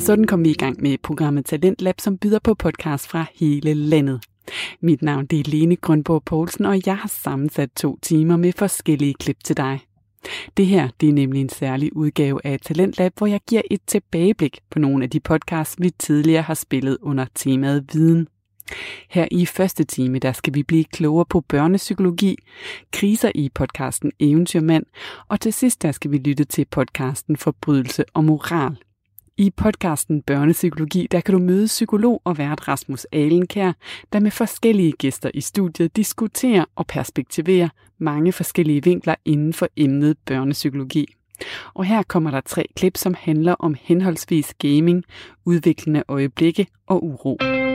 Sådan kom vi i gang med programmet Talentlab, som byder på podcast fra hele landet. Mit navn er Lene Grønborg Poulsen, og jeg har sammensat 2 timer med forskellige klip til dig. Det her det er nemlig en særlig udgave af Talentlab, hvor jeg giver et tilbageblik på nogle af de podcasts, vi tidligere har spillet under temaet viden. Her i første time, der skal vi blive klogere på børnepsykologi, kriser i podcasten Eventyrmand, og til sidst der skal vi lytte til podcasten Forbrydelse og moral. I podcasten Børnepsykologi, der kan du møde psykolog og vært Rasmus Alenkær, der med forskellige gæster i studiet diskuterer og perspektiverer mange forskellige vinkler inden for emnet børnepsykologi. Og her kommer der 3 klip, som handler om henholdsvis gaming, udviklende øjeblikke og uro.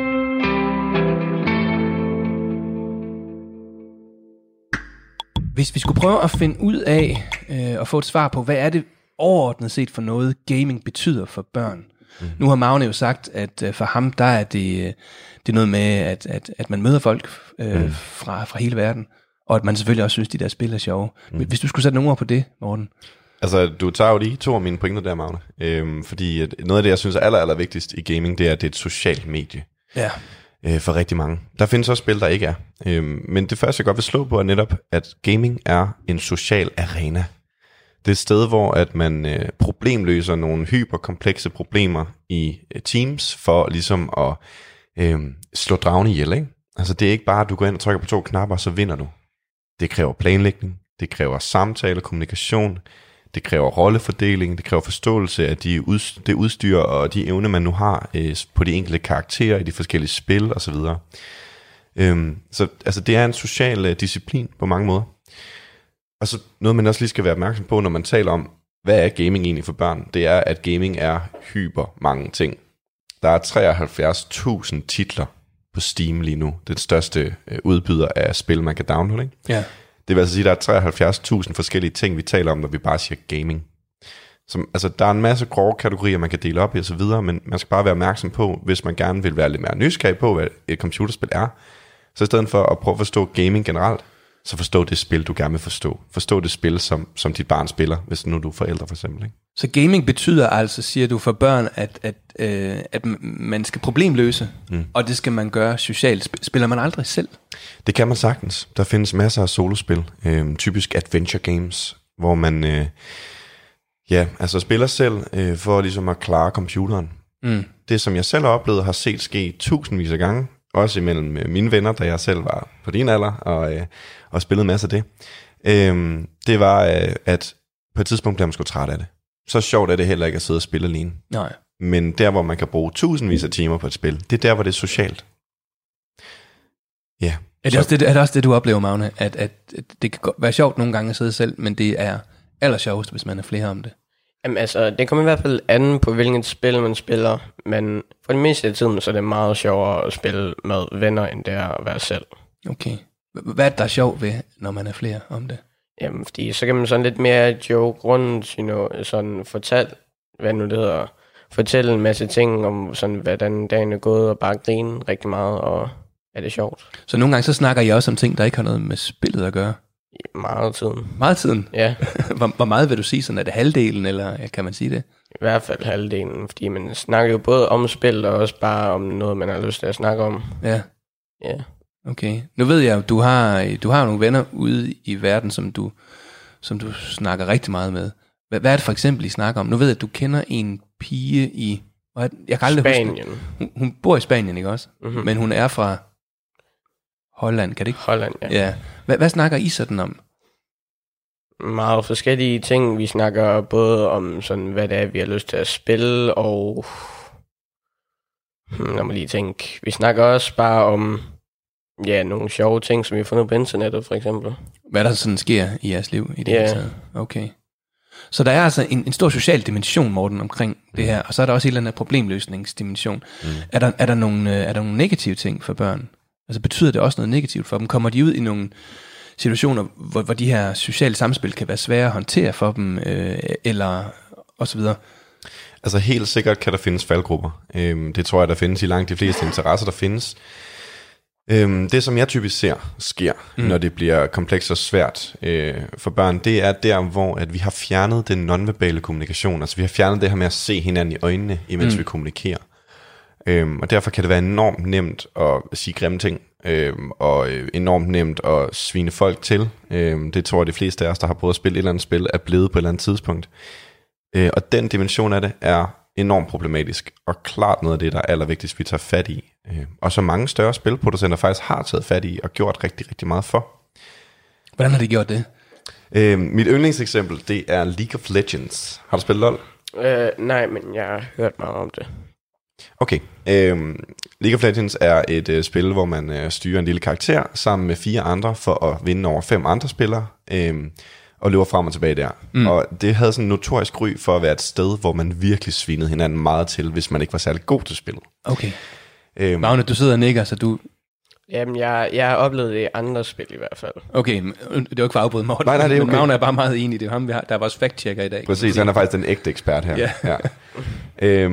Hvis vi skulle prøve at finde ud af og få et svar på, hvad er det overordnet set for noget, gaming betyder for børn. Nu har Magne jo sagt, at for ham, der er det noget med, at man møder folk fra hele verden, og at man selvfølgelig også synes, de der spil er sjove. Hvis du skulle sætte nogle ord på det, Morten? Altså, du tager jo lige 2 af mine pointer der, Magne. Fordi noget af det, jeg synes er aller vigtigst i gaming, det er, at det er et socialt medie. Ja. For rigtig mange. Der findes også spil, der ikke er. Men det første, jeg godt vil slå på, er netop, at gaming er en social arena. Det er et sted, hvor at man problemløser nogle hyperkomplekse problemer i teams, for ligesom at slå dragene ihjel, ikke? Altså, det er ikke bare, at du går ind og trykker på 2 knapper, og så vinder du. Det kræver planlægning, det kræver samtale, kommunikation, det kræver rollefordeling, det kræver forståelse af det udstyr og de evner, man nu har på de enkelte karakterer i de forskellige spil osv. Så altså, det er en social disciplin på mange måder. Og så noget, man også lige skal være opmærksom på, når man taler om, hvad er gaming egentlig for børn, det er, at gaming er hyper mange ting. Der er 73.000 titler på Steam lige nu. Det er den største udbyder af spil, man kan downloade, ikke? Ja. Det vil altså sige, at der er 73.000 forskellige ting, vi taler om, når vi bare siger gaming. Altså, der er en masse grove kategorier, man kan dele op i og så videre, men man skal bare være opmærksom på, hvis man gerne vil være lidt mere nysgerrig på, hvad et computerspil er. Så i stedet for at prøve at forstå gaming generelt, så forstå det spil, du gerne vil forstå. Forstå det spil, som dit barn spiller, hvis nu du er forældre for eksempel, ikke? Så gaming betyder altså, siger du, for børn, at man skal problemløse, og det skal man gøre socialt. Spiller man aldrig selv? Det kan man sagtens. Der findes masser af solospil, typisk adventure games, hvor man spiller selv for ligesom at klare computeren. Det, som jeg selv har oplevet, har set ske tusindvis af gange, også imellem mine venner, da jeg selv var på din alder, og spillede masser af det. Det var, at på et tidspunkt blev man sgu træt af det. Så sjovt er det heller ikke at sidde og spille alene. Nej. Men der, hvor man kan bruge tusindvis af timer på et spil, det er der, hvor det er socialt. Ja. Er det også det, du oplever, Magne? At det kan være sjovt nogle gange at sidde selv, men det er allersjovest, hvis man er flere om det? Jamen altså, det kommer i hvert fald an på, hvilket spil man spiller, men for det meste af tiden, så er det meget sjovere at spille med venner, end det er at være selv. Okay. Hvad er det, der er sjovt ved, når man er flere om det? Jamen, fordi så kan man sådan lidt mere joke rundt, sådan fortælle en masse ting om, sådan, hvordan dagen er gået, og bare grine rigtig meget, og er det sjovt. Så nogle gange så snakker I også om ting, der ikke har noget med spillet at gøre? Meget tiden. Meget tiden? Ja. Hvor meget vil du sige sådan? Er det halvdelen, eller kan man sige det? I hvert fald halvdelen, fordi man snakker jo både om spil, og også bare om noget, man har lyst til at snakke om. Ja. Ja. Okay. Nu ved jeg, du har nogle venner ude i verden, som du snakker rigtig meget med. Hvad er det for eksempel, I snakker om? Nu ved jeg, at du kender en pige i... Jeg kan aldrig Spanien. Huske, hun bor i Spanien, ikke også? Mm-hmm. Men hun er fra Holland, kan det ikke? Holland, ja. Ja. Hvad snakker I sådan om? Meget forskellige ting. Vi snakker både om, sådan, hvad det er, vi har lyst til at spille, og... lad mig lige tænke. Vi snakker også bare om... Ja, nogle sjove ting, som vi har fundet på internettet, for eksempel. Hvad der sådan sker i jeres liv i det hele taget? Okay. Så der er altså en stor social dimension, Morten, omkring det her, og så er der også en eller anden problemløsningsdimension. Er der nogle negative ting for børn? Altså betyder det også noget negativt for dem? Kommer de ud i nogle situationer, hvor de her sociale samspil kan være svære at håndtere for dem, eller og så videre? Altså helt sikkert kan der findes faldgrupper. Det tror jeg, der findes i langt de fleste interesser, der findes. Det, som jeg typisk ser sker, når det bliver komplekst og svært for børn, det er der, hvor at vi har fjernet den nonverbale kommunikation. Altså vi har fjernet det her med at se hinanden i øjnene, imens vi kommunikerer. Og derfor kan det være enormt nemt at sige grimme ting, og enormt nemt at svine folk til. Det tror jeg, de fleste af os, der har prøvet at spille et eller andet spil, er blevet på et eller andet tidspunkt. Og den dimension af det er enormt problematisk, og klart noget af det, der er allervigtigst, vi tager fat i. Og så mange større spilproducenter faktisk har taget fat i, og gjort rigtig, rigtig meget for. Hvordan har de gjort det? Mit yndlingseksempel, det er League of Legends. Har du spillet LoL? Nej, men jeg har hørt meget om det. Okay. League of Legends er et spil, hvor man styrer en lille karakter sammen med 4 andre for at vinde over 5 andre spillere, og løber frem og tilbage der. Og det havde sådan en notorisk ry for at være et sted, hvor man virkelig svinede hinanden meget til, hvis man ikke var særlig god til spillet. Okay. Magne, du sidder og nikker, så du... Jamen, jeg har oplevet det i andre spil i hvert fald. Okay, det er jo ikke for at afbryde Morten. Nej, det er okay. Men Magne er bare meget enig. Det er ham, der er vores fact-checker i dag. Præcis, han er faktisk den ægte ekspert her. Ja.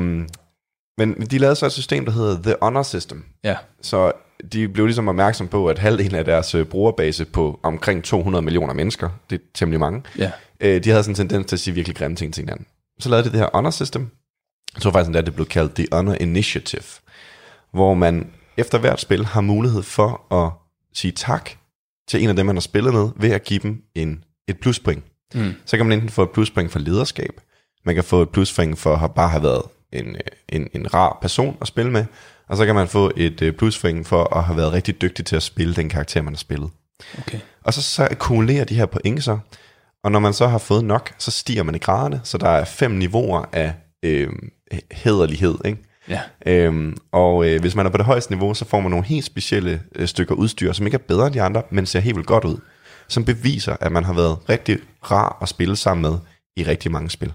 Men de lavede så et system, der hedder The Honor System. Ja. Så de blev ligesom opmærksom på, at halvdelen af deres brugerbase på omkring 200 millioner mennesker, det er temmelig mange, de havde sådan en tendens til at sige virkelig grimme ting til hinanden. Så lavede de det her Honor System. Jeg tror faktisk, at det blev kaldt The Honor Initiative, hvor man efter hvert spil har mulighed for at sige tak til en af dem, man har spillet med, ved at give dem et pluspoint. Så kan man enten få et pluspoint for lederskab, man kan få et pluspoint for at bare have været en rar person at spille med, og så kan man få et pluspoint for at have været rigtig dygtig til at spille den karakter, man har spillet. Okay. Og så akkumulerer de her point så, og når man så har fået nok, så stiger man i graderne, så der er 5 niveauer af hæderlighed, ikke? Ja. Hvis man er på det højeste niveau, så får man nogle helt specielle stykker udstyr, som ikke er bedre end de andre, men ser helt vildt godt ud, som beviser, at man har været rigtig rar at spille sammen med i rigtig mange spil.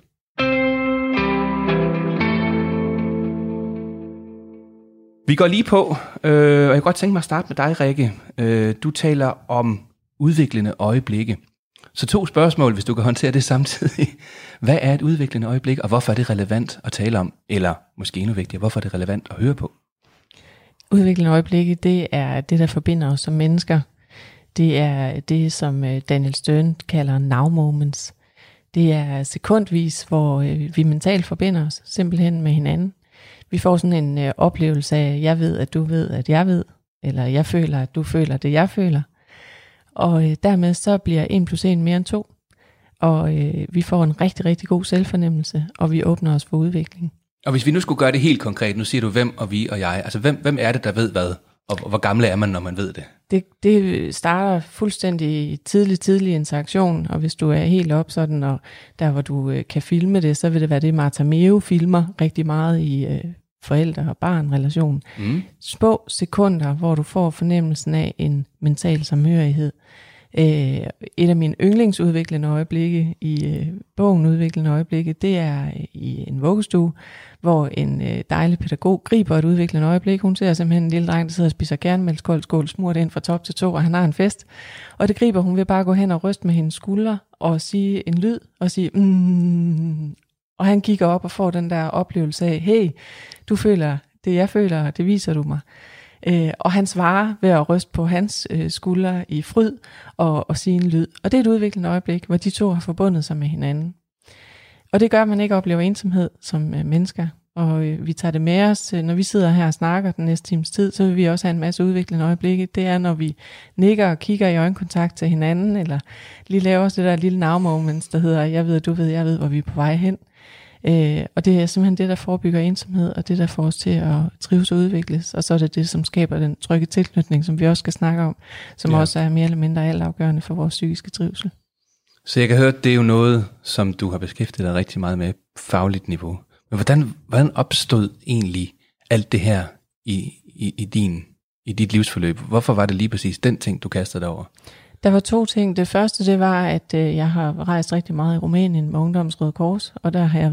Vi går lige på, og jeg kan godt tænke mig at starte med dig, Rikke. Du taler om udviklende øjeblikke. Så 2 spørgsmål, hvis du kan håndtere det samtidig. Hvad er et udviklende øjeblik, og hvorfor er det relevant at tale om? Eller måske endnu vigtigere, hvorfor er det relevant at høre på? Udviklende øjeblikke, det er det, der forbinder os som mennesker. Det er det, som Daniel Stern kalder now moments. Det er sekundvis, hvor vi mentalt forbinder os simpelthen med hinanden. Vi får sådan en oplevelse af, jeg ved, at du ved, at jeg ved, eller jeg føler, at du føler det, jeg føler. Og dermed så bliver 1 + 1 mere end 2. Og vi får en rigtig, rigtig god selvfornemmelse, og vi åbner os for udvikling. Og hvis vi nu skulle gøre det helt konkret, nu siger du hvem og vi og jeg, altså hvem er det, der ved hvad, og hvor gamle er man, når man ved det? Det starter fuldstændig i tidlig interaktion, og hvis du er helt op sådan, og der hvor du kan filme det, så vil det være det, Martha Meo filmer rigtig meget i forældre- og barn-relation. Små sekunder, hvor du får fornemmelsen af en mental samhørighed. Et af mine yndlingsudviklende øjeblikke i bogen Udviklende øjeblikke, det er i en vuggestue, hvor en dejlig pædagog griber et udviklende øjeblik. Hun ser simpelthen en lille dreng, der sidder og spiser kernmælkskold skål, smurt ind fra top til tå, og han har en fest. Og det griber hun ved bare at gå hen og ryste med hendes skuldre og sige en lyd og sige og han kigger op og får den der oplevelse af, hey, du føler det, jeg føler, det viser du mig. Og han svarer ved at ryste på hans skuldre i fryd og sige en lyd. Og det er et udviklende øjeblik, hvor de 2 har forbundet sig med hinanden. Og det gør, at man ikke oplever ensomhed som mennesker. Og vi tager det med os, når vi sidder her og snakker den næste times tid, så vil vi også have en masse udviklende øjeblikke. Det er, når vi nikker og kigger i øjenkontakt til hinanden, eller lige laver os det der lille now moments, der hedder, jeg ved, du ved, jeg ved, hvor vi er på vej hen. Og det er simpelthen det, der forebygger ensomhed, og det, der får os til at trives og udvikles. Og så er det det, som skaber den trygge tilknytning, som vi også skal snakke om, som også er mere eller mindre altafgørende for vores psykiske trivsel. Så jeg kan høre, at det er jo noget, som du har beskæftiget dig rigtig meget med fagligt niveau. Men hvordan opstod egentlig alt det her i dit livsforløb? Hvorfor var det lige præcis den ting, du kastede dig over? Der var 2 ting. Det første, det var, at jeg har rejst rigtig meget i Rumænien med Ungdommens Røde Kors, og der har jeg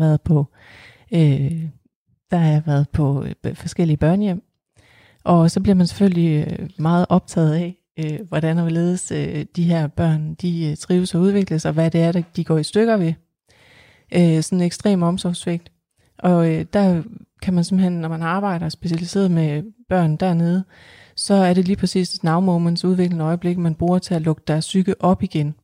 været på forskellige børnehjem. Og så bliver man selvfølgelig meget optaget af, hvordan og hvorledes de her børn, de trives og udvikles, og hvad det er, de går i stykker ved. Sådan en ekstrem omsorgssvigt. Og der kan man simpelthen, når man arbejder specialiseret med børn dernede, så er det lige præcis now moments, udviklende øjeblik, man bruger til at lukke deres psyke op igen.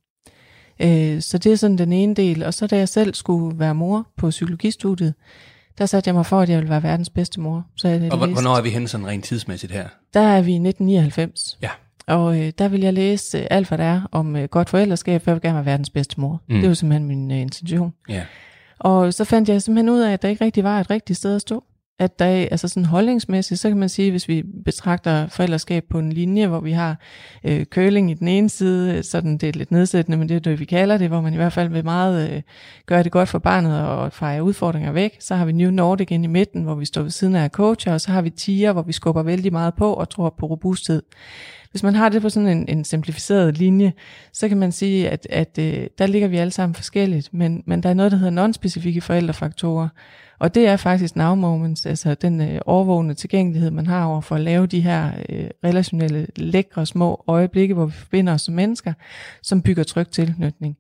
Så det er sådan den ene del. Og så da jeg selv skulle være mor på psykologistudiet, der satte jeg mig for, at jeg ville være verdens bedste mor. Så jeg og hvornår er vi henne sådan rent tidsmæssigt her? Der er vi i 1999. Ja. Og der vil jeg læse alt, hvad der er om godt forældreskab, for jeg vil gerne være verdens bedste mor. Det er jo simpelthen min intention. Ja. Og så fandt jeg simpelthen ud af, at der ikke rigtig var et rigtigt sted at stå. At der altså sådan holdningsmæssigt, så kan man sige, hvis vi betragter forældreskab på en linje, hvor vi har curling i den ene side, sådan det er lidt nedsættende, men det er det, vi kalder det, hvor man i hvert fald vil meget gøre det godt for barnet og fejre udfordringer væk. Så har vi New Nordic inde i midten, hvor vi står ved siden af coacher, og så har vi tier, hvor vi skubber vældig meget på og tror på robusthed. Hvis man har det på sådan en simplificeret linje, så kan man sige, at der ligger vi alle sammen forskelligt, men der er noget, der hedder non-specifikke forældrefaktorer, og det er faktisk now moments, altså den overvågende tilgængelighed, man har over for at lave de her relationelle, lækre, små øjeblikke, hvor vi forbinder os som mennesker, som bygger tryg tilknytning.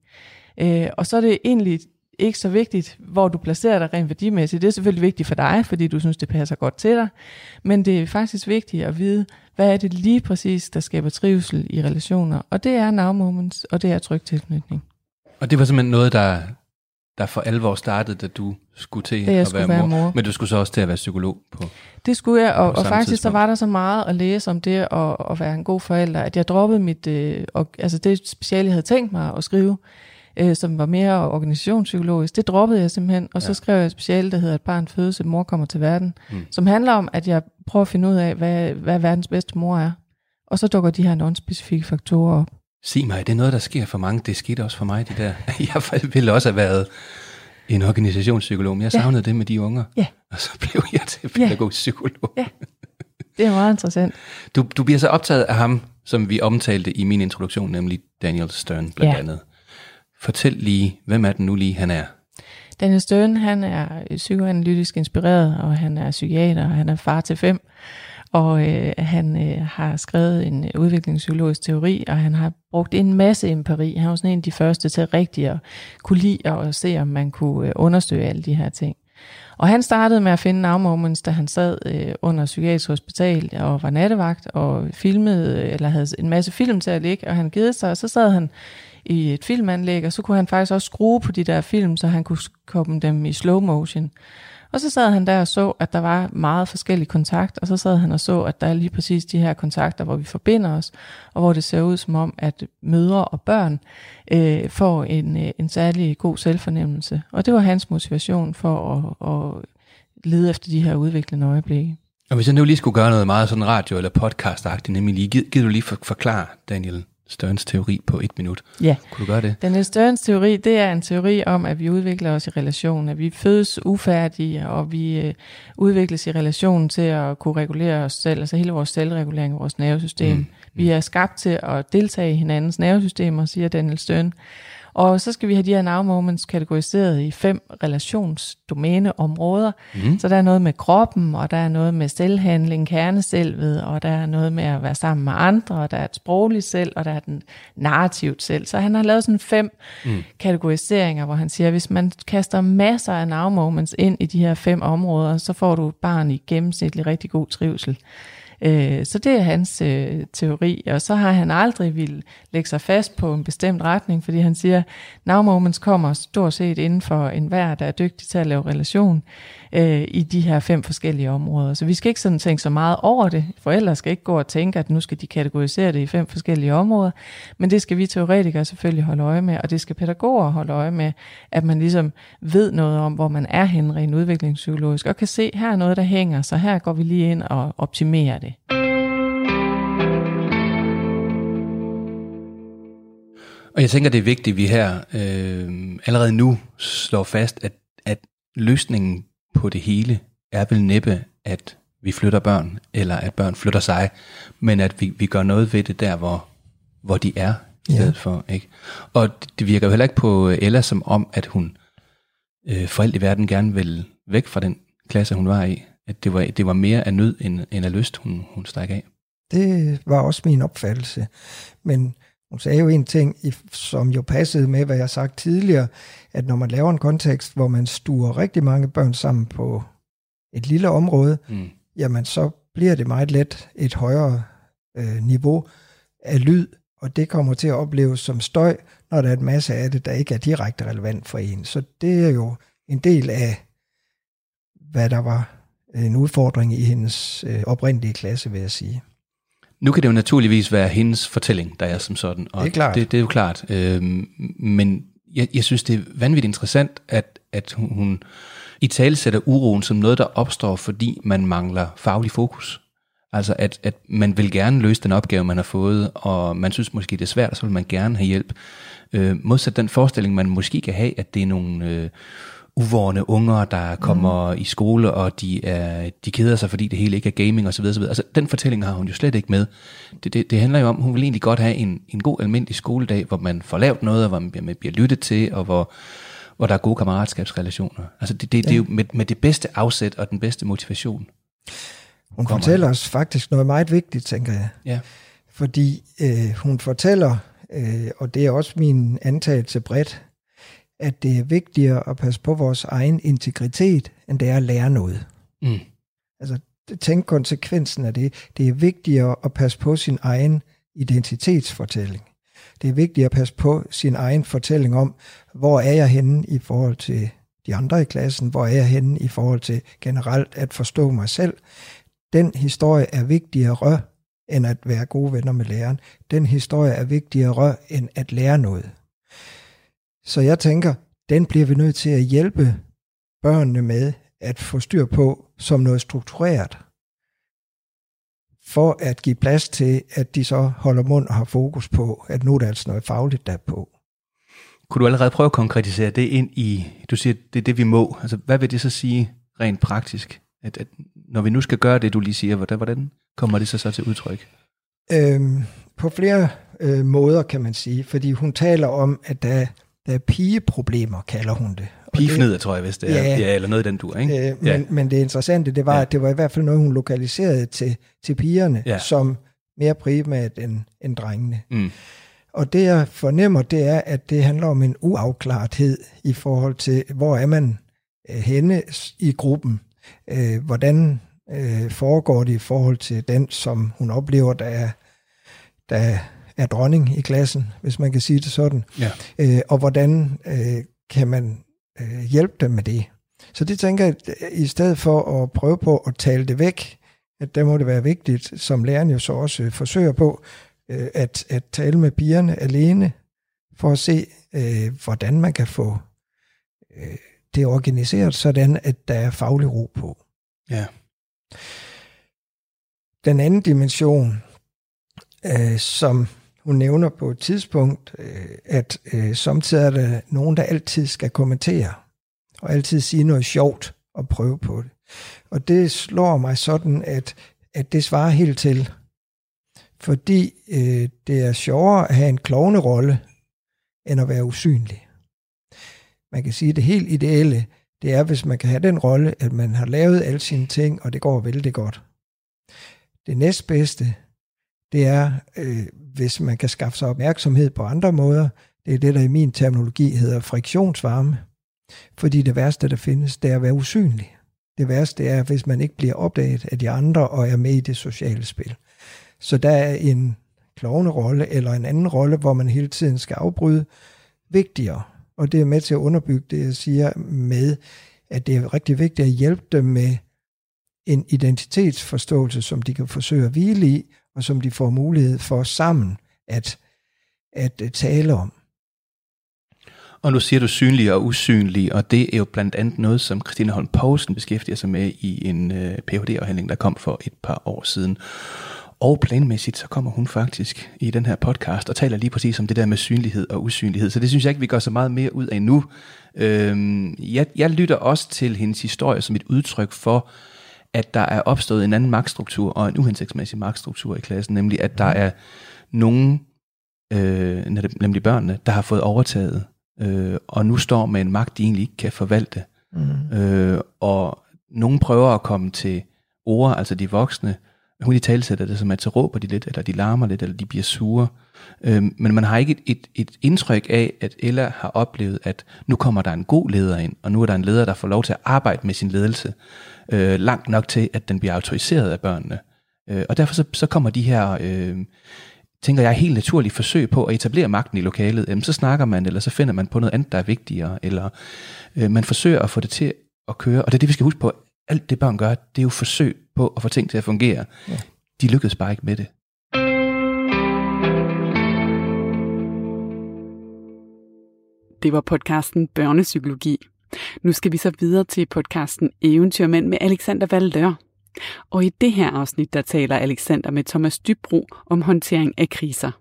Og så er det egentlig ikke så vigtigt, hvor du placerer dig rent værdimæssigt. Det er selvfølgelig vigtigt for dig, fordi du synes, det passer godt til dig, men det er faktisk vigtigt at vide, hvad er det lige præcis, der skaber trivsel i relationer, og det er now moments, og det er tryg tilknytning. Og det var simpelthen noget, der for alvor startede, da du skulle til at være mor, men du skulle så også til at være psykolog på. Det skulle jeg, og faktisk så var der så meget at læse om det at være en god forælder, at jeg droppede mit, altså det speciale, jeg havde tænkt mig at skrive, som var mere organisationspsykologisk, det droppede jeg simpelthen, og så skrev jeg et speciale, der hedder Et barn fødes, et mor kommer til verden, som handler om, at jeg prøver at finde ud af, hvad verdens bedste mor er. Og så dukker de her non-specifikke faktorer op. Sig mig, det er noget, der sker for mange. Det skete også for mig, det der. Jeg ville også have været en organisationspsykolog, men jeg savnede det med de unger. Ja. Og så blev jeg til pædagogisk psykolog. Ja. Det er meget interessant. Du bliver så optaget af ham, som vi omtalte i min introduktion, nemlig Daniel Stern blandt andet. Fortæl lige, hvem er den nu lige, han er? Daniel Stern, han er psykoanalytisk inspireret, og han er psykiater, og han er far til 5. Og han har skrevet en udviklingspsykologisk teori, og han har brugt en masse empiri. Han var sådan en af de første til rigtig at kunne lide og se, om man kunne understøtte alle de her ting. Og han startede med at finde now moments, da han sad under psykiatrisk hospital og var nattevagt og filmede, eller havde en masse film til at ligge, og han givet sig, og så sad han i et filmanlæg, og så kunne han faktisk også skrue på de der film, så han kunne komme dem i slow motion. Og så sad han der og så, at der var meget forskellig kontakt, og så sad han og så, at der er lige præcis de her kontakter, hvor vi forbinder os, og hvor det ser ud som om, at mødre og børn får en særlig god selvfornemmelse. Og det var hans motivation for at lede efter de her udviklende øjeblikke. Og hvis jeg nu lige skulle gøre noget meget sådan radio- eller podcast-agtigt, nemlig lige, gider du lige forklare, Daniel Sterns teori på 1 minut? Ja. Kunne du gøre det? Daniel Sterns teori, det er en teori om, at vi udvikler os i relationen, at vi fødes ufærdige, og vi udvikles i relationen til at kunne regulere os selv, altså hele vores selvregulering af vores nervesystem. Vi er skabt til at deltage i hinandens nervesystemer, siger Daniel Stern. Og så skal vi have de her now moments kategoriseret i 5 relationsdomæneområder. Så der er noget med kroppen, og der er noget med selvhandling, kerneselvet, og der er noget med at være sammen med andre, og der er et sprogligt selv, og der er den narrativt selv. Så han har lavet sådan 5 kategoriseringer, hvor han siger, at hvis man kaster masser af now moments ind i de her 5 områder, så får du et barn i gennemsnitlig rigtig god trivsel. Så det er hans teori, og så har han aldrig ville lægge sig fast på en bestemt retning, fordi han siger, now moments kommer stort set inden for enhver, der er dygtig til at lave relation i de her 5 forskellige områder. Så vi skal ikke sådan tænke så meget over det. Forældre skal ikke gå og tænke, at nu skal de kategorisere det i 5 forskellige områder, men det skal vi teoretikere selvfølgelig holde øje med, og det skal pædagoger holde øje med, at man ligesom ved noget om, hvor man er henne rent udviklingspsykologisk, og kan se, her er noget, der hænger, så her går vi lige ind og optimerer det. Og jeg tænker, det er vigtigt, at vi her allerede nu slår fast, at løsningen på det hele er vel næppe, at vi flytter børn, eller at børn flytter sig, men at vi gør noget ved det der, hvor de er, i stedet for. Ikke? Og det virker jo heller ikke på Ella som om, at hun for alt i verden gerne vil væk fra den klasse, hun var i. At det var mere af nød end af lyst, hun stak af. Det var også min opfattelse. Men hun sagde jo en ting, som jo passede med, hvad jeg har sagt tidligere, at når man laver en kontekst, hvor man stuer rigtig mange børn sammen på et lille område, jamen så bliver det meget let et højere niveau af lyd, og det kommer til at opleves som støj, når der er en masse af det, der ikke er direkte relevant for en. Så det er jo en del af, hvad der var en udfordring i hendes oprindelige klasse, vil jeg sige. Nu kan det jo naturligvis være hendes fortælling, der er som sådan. Og det er klart. Det er jo klart. Men jeg synes, det er vanvittigt interessant, at hun italesætter uroen som noget, der opstår, fordi man mangler faglig fokus. Altså at man vil gerne løse den opgave, man har fået, og man synes måske, det er svært, så vil man gerne have hjælp. Modsat den forestilling, man måske kan have, at det er nogle uvorne unger, der kommer i skole, og de keder sig, fordi det hele ikke er gaming osv. Altså den fortælling har hun jo slet ikke med. Det handler jo om, hun vil egentlig godt have en god almindelig skoledag, hvor man får lavet noget, og hvor man bliver lyttet til, og hvor der er gode kammeratskabsrelationer. Altså det er jo med det bedste afsæt og den bedste motivation. Hun fortæller os faktisk noget meget vigtigt, tænker jeg. Ja. Fordi hun fortæller, og det er også min antagelse bredt, at det er vigtigere at passe på vores egen integritet, end det er at lære noget. Mm. Altså, tænk konsekvensen af det. Det er vigtigere at passe på sin egen identitetsfortælling. Det er vigtigere at passe på sin egen fortælling om, hvor er jeg henne i forhold til de andre i klassen, hvor er jeg henne i forhold til generelt at forstå mig selv. Den historie er vigtigere end at være gode venner med læreren. Den historie er vigtigere end at lære noget. Så jeg tænker, den bliver vi nødt til at hjælpe børnene med at få styr på som noget struktureret, for at give plads til, at de så holder mund og har fokus på, at nu er der altså noget fagligt der på. Kunne du allerede prøve at konkretisere det ind i, du siger, det er det, vi må. Altså, hvad vil det så sige rent praktisk? At når vi nu skal gøre det, du lige siger, hvordan kommer det så til udtryk? På flere måder, kan man sige. Fordi hun taler om, at der er pigeproblemer, kalder hun det. Pigefnidder, tror jeg, hvis det er. Ja, eller noget i den dur, ikke? Men det interessante, det var, at det var i hvert fald noget, hun lokaliserede til pigerne, som mere primært end drengene. Mm. Og det, jeg fornemmer, det er, at det handler om en uafklarethed i forhold til, hvor er man henne i gruppen. Hvordan foregår det i forhold til den, som hun oplever, der er dronning i klassen, hvis man kan sige det sådan. Ja. Og hvordan kan man hjælpe dem med det. Så det tænker jeg, i stedet for at prøve på at tale det væk, at der må det være vigtigt, som læreren jo så også forsøger på, at tale med pigerne alene, for at se, hvordan man kan få det organiseret, sådan at der er faglig ro på. Ja. Den anden dimension, som hun nævner på et tidspunkt, at samtidig er der nogen, der altid skal kommentere, og altid sige noget sjovt og prøve på det. Og det slår mig sådan, at det svarer helt til. Fordi det er sjovere at have en klovnerolle, end at være usynlig. Man kan sige, at det helt ideelle, det er, hvis man kan have den rolle, at man har lavet alle sine ting, og det går vældig godt. Det næstbedste, det er, hvis man kan skaffe sig opmærksomhed på andre måder. Det er det, der i min terminologi hedder friktionsvarme. Fordi det værste, der findes, det er at være usynlig. Det værste er, hvis man ikke bliver opdaget af de andre og er med i det sociale spil. Så der er en klovnerolle eller en anden rolle, hvor man hele tiden skal afbryde, vigtigere. Og det er med til at underbygge det, jeg siger med, at det er rigtig vigtigt at hjælpe dem med en identitetsforståelse, som de kan forsøge at hvile i, og som de får mulighed for sammen at tale om. Og nu siger du synlig og usynlig, og det er jo blandt andet noget, som Christine Holm Poulsen beskæftiger sig med i en Ph.D.-afhandling, der kom for et par år siden. Og planmæssigt, så kommer hun faktisk i den her podcast og taler lige præcis om det der med synlighed og usynlighed. Så det synes jeg ikke, vi gør så meget mere ud af nu. Jeg lytter også til hendes historie som et udtryk for, at der er opstået en anden magtstruktur og en uhensigtsmæssig magtstruktur i klassen, nemlig at der er nogen, nemlig børnene, der har fået overtaget, og nu står med en magt, de egentlig ikke kan forvalte. Og nogen prøver at komme til ord, altså de voksne. Hun italesætter det som, at så råber de lidt, eller de larmer lidt, eller de bliver sure. Men man har ikke et indtryk af, at Ella har oplevet, at nu kommer der en god leder ind, og nu er der en leder, der får lov til at arbejde med sin ledelse, langt nok til, at den bliver autoriseret af børnene. Og derfor så kommer de her, tænker jeg, helt naturlige forsøg på at etablere magten i lokalet. Så snakker man, eller så finder man på noget andet, der er vigtigere, eller man forsøger at få det til at køre. Og det er det, vi skal huske på. Alt det børn gør, det er jo forsøg på at få ting til at fungere. Ja. De lykkedes bare ikke med det. Det var podcasten Børnepsykologi. Nu skal vi så videre til podcasten Eventyrmænd med Alexander Valdør. Og i det her afsnit, der taler Alexander med Thomas Dybro om håndtering af kriser.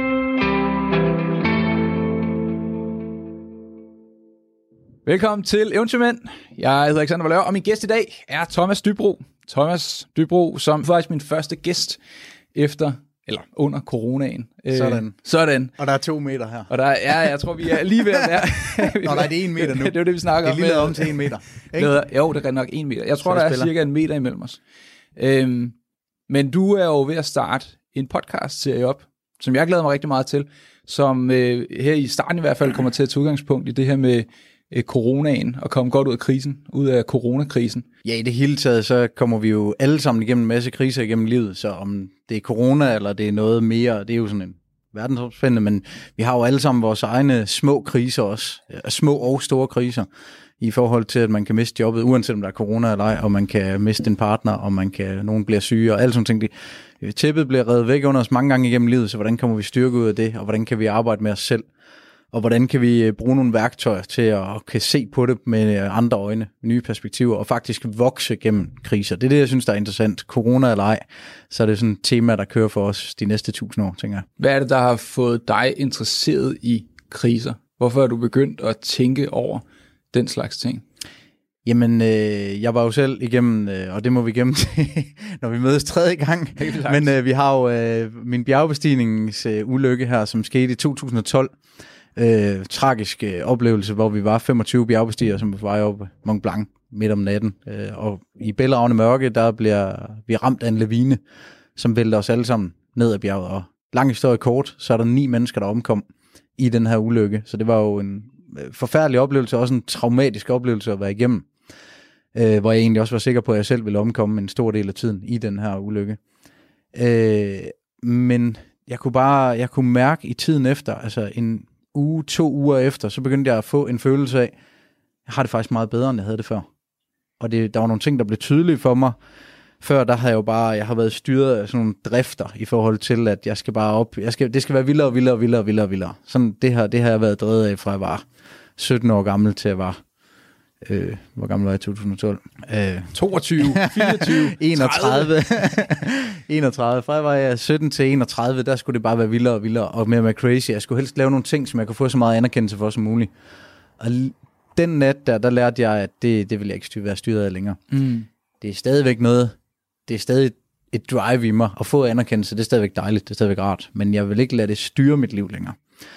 Velkommen til Eventyrmænd. Jeg hedder Alexander Valdør, og min gæst i dag er Thomas Dybro. Thomas Dybro, som faktisk min første gæst under coronaen. Sådan. Og der er 2 meter her. Og der jeg tror, vi er lige ved at være... Nå, nej, det er 1 meter nu. Det er det, vi snakker om. Det er lige om til 1 meter. Jo, det er nok 1 meter. Jeg tror, der er cirka 1 meter imellem os. Men du er jo ved at starte en podcast-serie op, som jeg glæder mig rigtig meget til, som her i starten i hvert fald kommer til at tage udgangspunkt i det her med coronaen, og komme godt ud af coronakrisen. Ja, i det hele taget, så kommer vi jo alle sammen igennem en masse kriser igennem livet, så om det er corona, eller det er noget mere, det er jo sådan en verdensomspændende, men vi har jo alle sammen vores egne små kriser også, små og store kriser, i forhold til, at man kan miste jobbet, uanset om der er corona eller ej, og man kan miste en partner, og nogen bliver syge, og alle sådan ting. Tæppet bliver revet væk under os mange gange igennem livet, så hvordan kommer vi styrke ud af det, og hvordan kan vi arbejde med os selv? Og hvordan kan vi bruge nogle værktøjer til at kan se på det med andre øjne, nye perspektiver, og faktisk vokse gennem kriser. Det er det, jeg synes, der er interessant. Corona eller ej, så er det sådan et tema, der kører for os de næste 1000 år, tænker jeg. Hvad er det, der har fået dig interesseret i kriser? Hvorfor er du begyndt at tænke over den slags ting? Jamen, jeg var jo selv igennem, og det må vi gemme til, når vi mødes 3. gang. Men vi har jo min bjergbestigningsulykke her, som skete i 2012. Tragisk oplevelse, hvor vi var 25 bjergbestigere, som var på vej op Mont Blanc midt om natten. Og i bælragende mørke, der bliver vi ramt af en lavine, som vælter os alle sammen ned ad bjerget. Og lang historie kort, så er der 9 mennesker, der omkom i den her ulykke. Så det var jo en forfærdelig oplevelse, også en traumatisk oplevelse at være igennem. Hvor jeg egentlig også var sikker på, at jeg selv ville omkomme en stor del af tiden i den her ulykke. Men jeg kunne mærke i tiden efter, altså en uge, 2 uger efter, så begyndte jeg at få en følelse af, jeg har det faktisk meget bedre, end jeg havde det før. Og der var nogle ting, der blev tydelige for mig. Før der havde jeg har været styret af sådan nogle drifter i forhold til, at jeg skal bare op, det skal være vildere. Sådan det har jeg været drevet af, fra jeg var 17 år gammel til jeg var, hvor gammel var jeg i 2012? 22, 24, 31. 31. Fra jeg var 17 til 31, der skulle det bare være vildere og mere crazy. Jeg skulle helst lave nogle ting, som jeg kunne få så meget anerkendelse for som muligt. Og den nat der lærte jeg, at det vil jeg ikke være styret af længere. Det er stadigvæk noget, det er stadig et drive i mig. At få anerkendelse, det er stadigvæk dejligt, det er stadigvæk rart. Men jeg vil ikke lade det styre mit liv længere.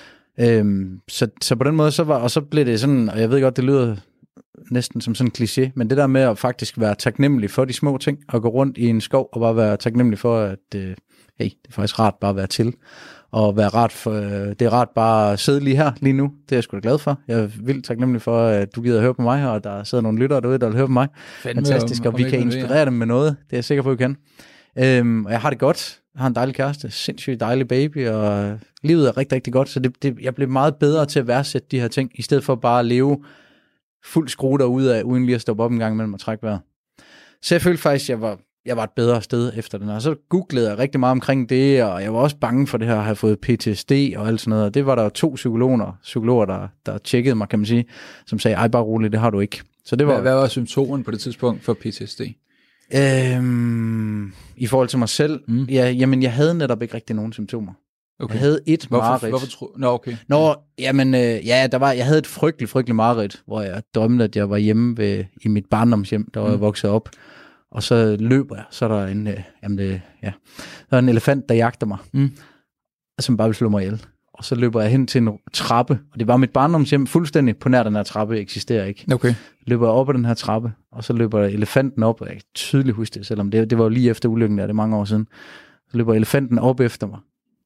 Så på den måde, så blev det sådan, og jeg ved godt, det lyder næsten som sådan en kliché, men det der med at faktisk være taknemmelig for de små ting, og gå rundt i en skov, og bare være taknemmelig for, at det er faktisk rart bare at være til, og være det er rart bare at sidde lige her, lige nu, det er jeg sgu da glad for. Jeg er vildt taknemmelig for, at du gider at høre på mig, og der sidder nogle lyttere derude, der vil høre på mig. Fantastisk, og vi kan inspirere dem med noget, det er jeg sikker på, at vi kan. Og jeg har det godt, jeg har en dejlig kæreste, sindssygt dejlig baby, og livet er rigtig, rigtig godt, så jeg blev meget bedre til at værdsætte de her ting, i stedet for bare at leve fuld skrue derude af, uden lige at stoppe op en gang imellem og trække vejret. Så jeg følte faktisk, at jeg var et bedre sted efter den her. Så googlede jeg rigtig meget omkring det, og jeg var også bange for det her, at have fået PTSD og alt sådan noget. Og det var der 2 psykologer, der tjekkede mig, kan man sige, som sagde, ej, bare roligt, det har du ikke. Så det var, hvad var symptomerne på det tidspunkt for PTSD? I forhold til mig selv, jamen jeg havde netop ikke rigtig nogen symptomer. Okay. Jeg havde et mareridt. Okay. Jeg havde et frygteligt mareridt, hvor jeg drømte, at jeg var hjemme i mit barndomshjem, der var jeg vokset op. Og så løber jeg, så er der der er en elefant, der jagter mig, som bare vil slå mig ihjel. Og så løber jeg hen til en trappe, og det var mit barndomshjem fuldstændig på nær den her trappe, eksisterer ikke. Okay. Løber jeg op ad den her trappe, og så løber elefanten op, og jeg kan tydeligt huske det, selvom det var jo lige efter ulykken der, det er mange år siden. Så løber elefanten op efter mig.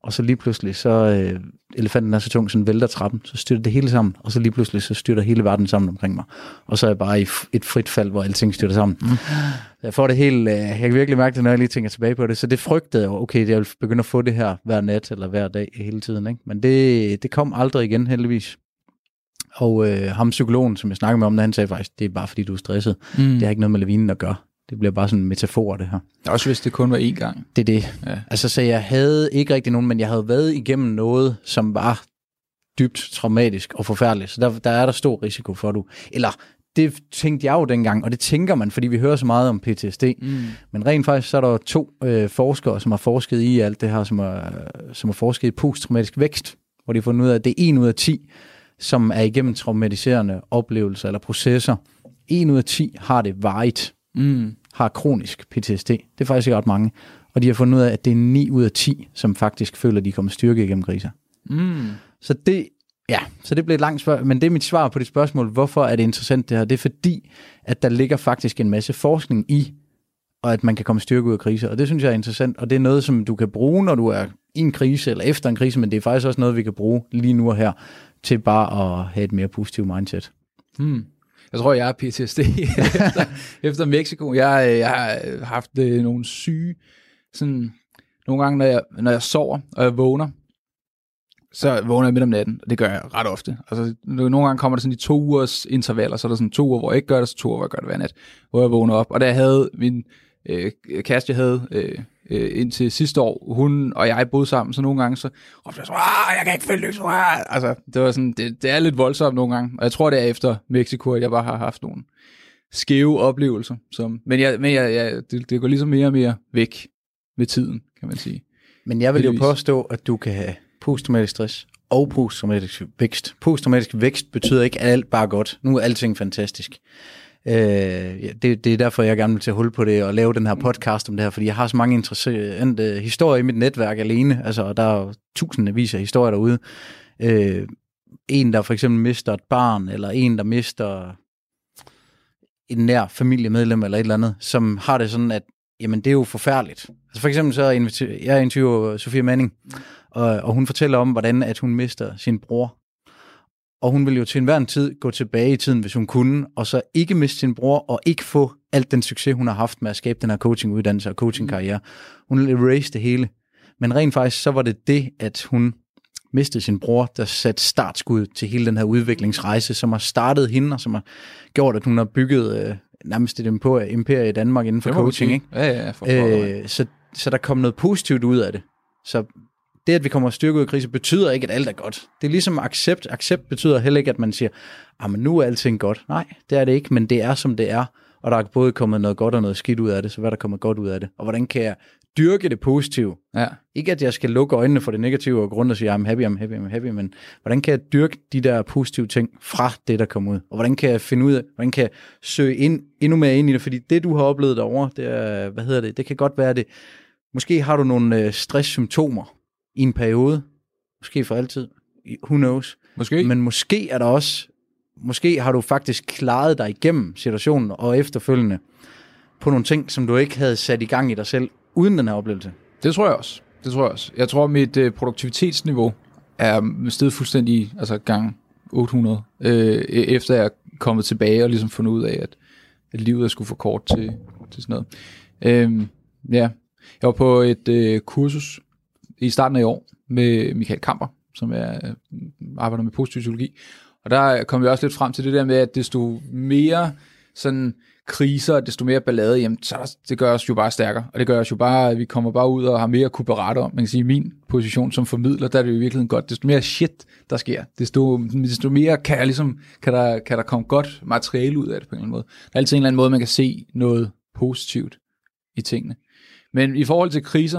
og så lige pludselig, så elefanten er så tung, så den vælter trappen, så styrter det hele sammen, og så lige pludselig, så styrter hele verden sammen omkring mig. Og så er jeg bare i et frit fald, hvor alting styrter sammen. Jeg får det helt, jeg kan virkelig mærke det, når jeg lige tænker tilbage på det, så det frygtede jeg, okay, jeg vil begynde at få det her hver nat, eller hver dag hele tiden, ikke? Men det kom aldrig igen, heldigvis. Og ham psykologen, som jeg snakkede med om, han sagde faktisk, det er bare fordi, du er stresset. Det har ikke noget med lavinen at gøre. Det bliver bare sådan en metafor, det her. Også hvis det kun var én gang. Det er det. Ja. Altså, så jeg havde ikke rigtig nogen, men jeg havde været igennem noget, som var dybt traumatisk og forfærdeligt. Så der er der stor risiko for, du. Eller, det tænkte jeg jo dengang, og det tænker man, fordi vi hører så meget om PTSD. Men rent faktisk, så er der 2 forskere, som har forsket i alt det her, som har forsket i posttraumatisk vækst, hvor de har fundet ud af, at det er 1 ud af 10, som er igennem traumatiserende oplevelser eller processer. 1 ud af 10 har det varigt. Har kronisk PTSD. Det er faktisk ikke ret mange. Og de har fundet ud af, at det er 9 ud af 10, som faktisk føler, at de kommer styrke igennem kriser. Så det blev et langt spørgsmål, men det er mit svar på dit spørgsmål. Hvorfor er det interessant det her? Det er fordi, at der ligger faktisk en masse forskning i, og at man kan komme styrke ud af kriser. Og det synes jeg er interessant, og det er noget, som du kan bruge, når du er i en krise eller efter en krise, men det er faktisk også noget, vi kan bruge lige nu og her, til bare at have et mere positivt mindset. Jeg tror, jeg har PTSD efter Mexico. Jeg har haft nogle syge, sådan, nogle gange, når jeg sover, og jeg vågner, så vågner jeg midt om natten, og det gør jeg ret ofte. Altså, nogle gange kommer der sådan i 2 ugers intervaller, så er der sådan 2 uger, hvor jeg ikke gør det, så 2 uger, hvor jeg gør det hver nat, hvor jeg vågner op. Og da jeg havde min kæreste, jeg havde indtil sidste år, hun og jeg boede sammen, så nogle gange så råbte jeg så, jeg kan ikke følge lyset. Altså, det var sådan, det er lidt voldsomt nogle gange, og jeg tror det er efter Mexico, at jeg bare har haft nogle skæve oplevelser, men det går ligesom mere og mere væk med tiden, kan man sige. Men jeg vil jo påstå, at du kan have posttraumatisk stress og posttraumatisk vækst. Posttraumatisk vækst betyder ikke alt bare godt. Nu er alting fantastisk. Det er derfor, jeg gerne vil til at holde på det og lave den her podcast om det her, fordi jeg har så mange interessante historier i mit netværk alene. Altså, der er jo tusindvis af historier derude. En, der for eksempel mister et barn, eller en, der mister en nær familiemedlem, eller et eller andet, som har det sådan, at jamen, det er jo forfærdeligt. Altså for eksempel så jeg interviewer Sofia Manning, og hun fortæller om, hvordan at hun mister sin bror. Og hun vil jo til enhver tid gå tilbage i tiden, hvis hun kunne, og så ikke miste sin bror, og ikke få alt den succes, hun har haft med at skabe den her coachinguddannelse og coachingkarriere. Hun vil erase det hele. Men rent faktisk, så var det, at hun mistede sin bror, der satte startskud til hele den her udviklingsrejse, som har startet hende, og som har gjort, at hun har bygget nærmest et imperie i Danmark inden for coaching. Ikke? Ja, så der kom noget positivt ud af det. Så det, at vi kommer styrke ud af krise, betyder ikke, at alt er godt. Det er ligesom accept. Accept betyder heller ikke, at man siger, men nu er alting godt. Nej, det er det ikke, men det er, som det er. Og der er både kommet noget godt og noget skidt ud af det, så hvad der kommer godt ud af det? Og hvordan kan jeg dyrke det positive? Ja. Ikke, at jeg skal lukke øjnene for det negative og grund og sige, I'm happy, men hvordan kan jeg dyrke de der positive ting fra det, der kommer ud? Og hvordan kan jeg finde ud af, hvordan kan jeg søge endnu mere ind i det? Fordi det, du har oplevet derovre, det er, det kan godt være det. Måske har du nogle stresssymptomer i en periode, måske for altid, who knows. Måske. Men måske er der også, måske har du faktisk klaret dig igennem situationen og efterfølgende på nogle ting, som du ikke havde sat i gang i dig selv, uden den her oplevelse. Det tror jeg også. Jeg tror, mit produktivitetsniveau er steget fuldstændig, altså gang 800, efter jeg er kommet tilbage og ligesom fundet ud af, at livet er sgu for kort til sådan noget. Ja, jeg var på et kursus i starten af i år med Michael Kamper, som arbejder med positiv psykologi. Og der kom vi også lidt frem til det der med, at desto mere sådan kriser, desto mere ballade, jamen så det gør os jo bare stærkere. Og det gør os jo bare, at vi kommer bare ud og har mere at kunne berette om. Man kan sige, min position som formidler, der er det jo i virkeligheden godt. Desto mere shit, der sker, desto mere kan der komme godt materiale ud af det på en eller anden måde. Der er altid en eller anden måde, man kan se noget positivt i tingene. Men i forhold til kriser,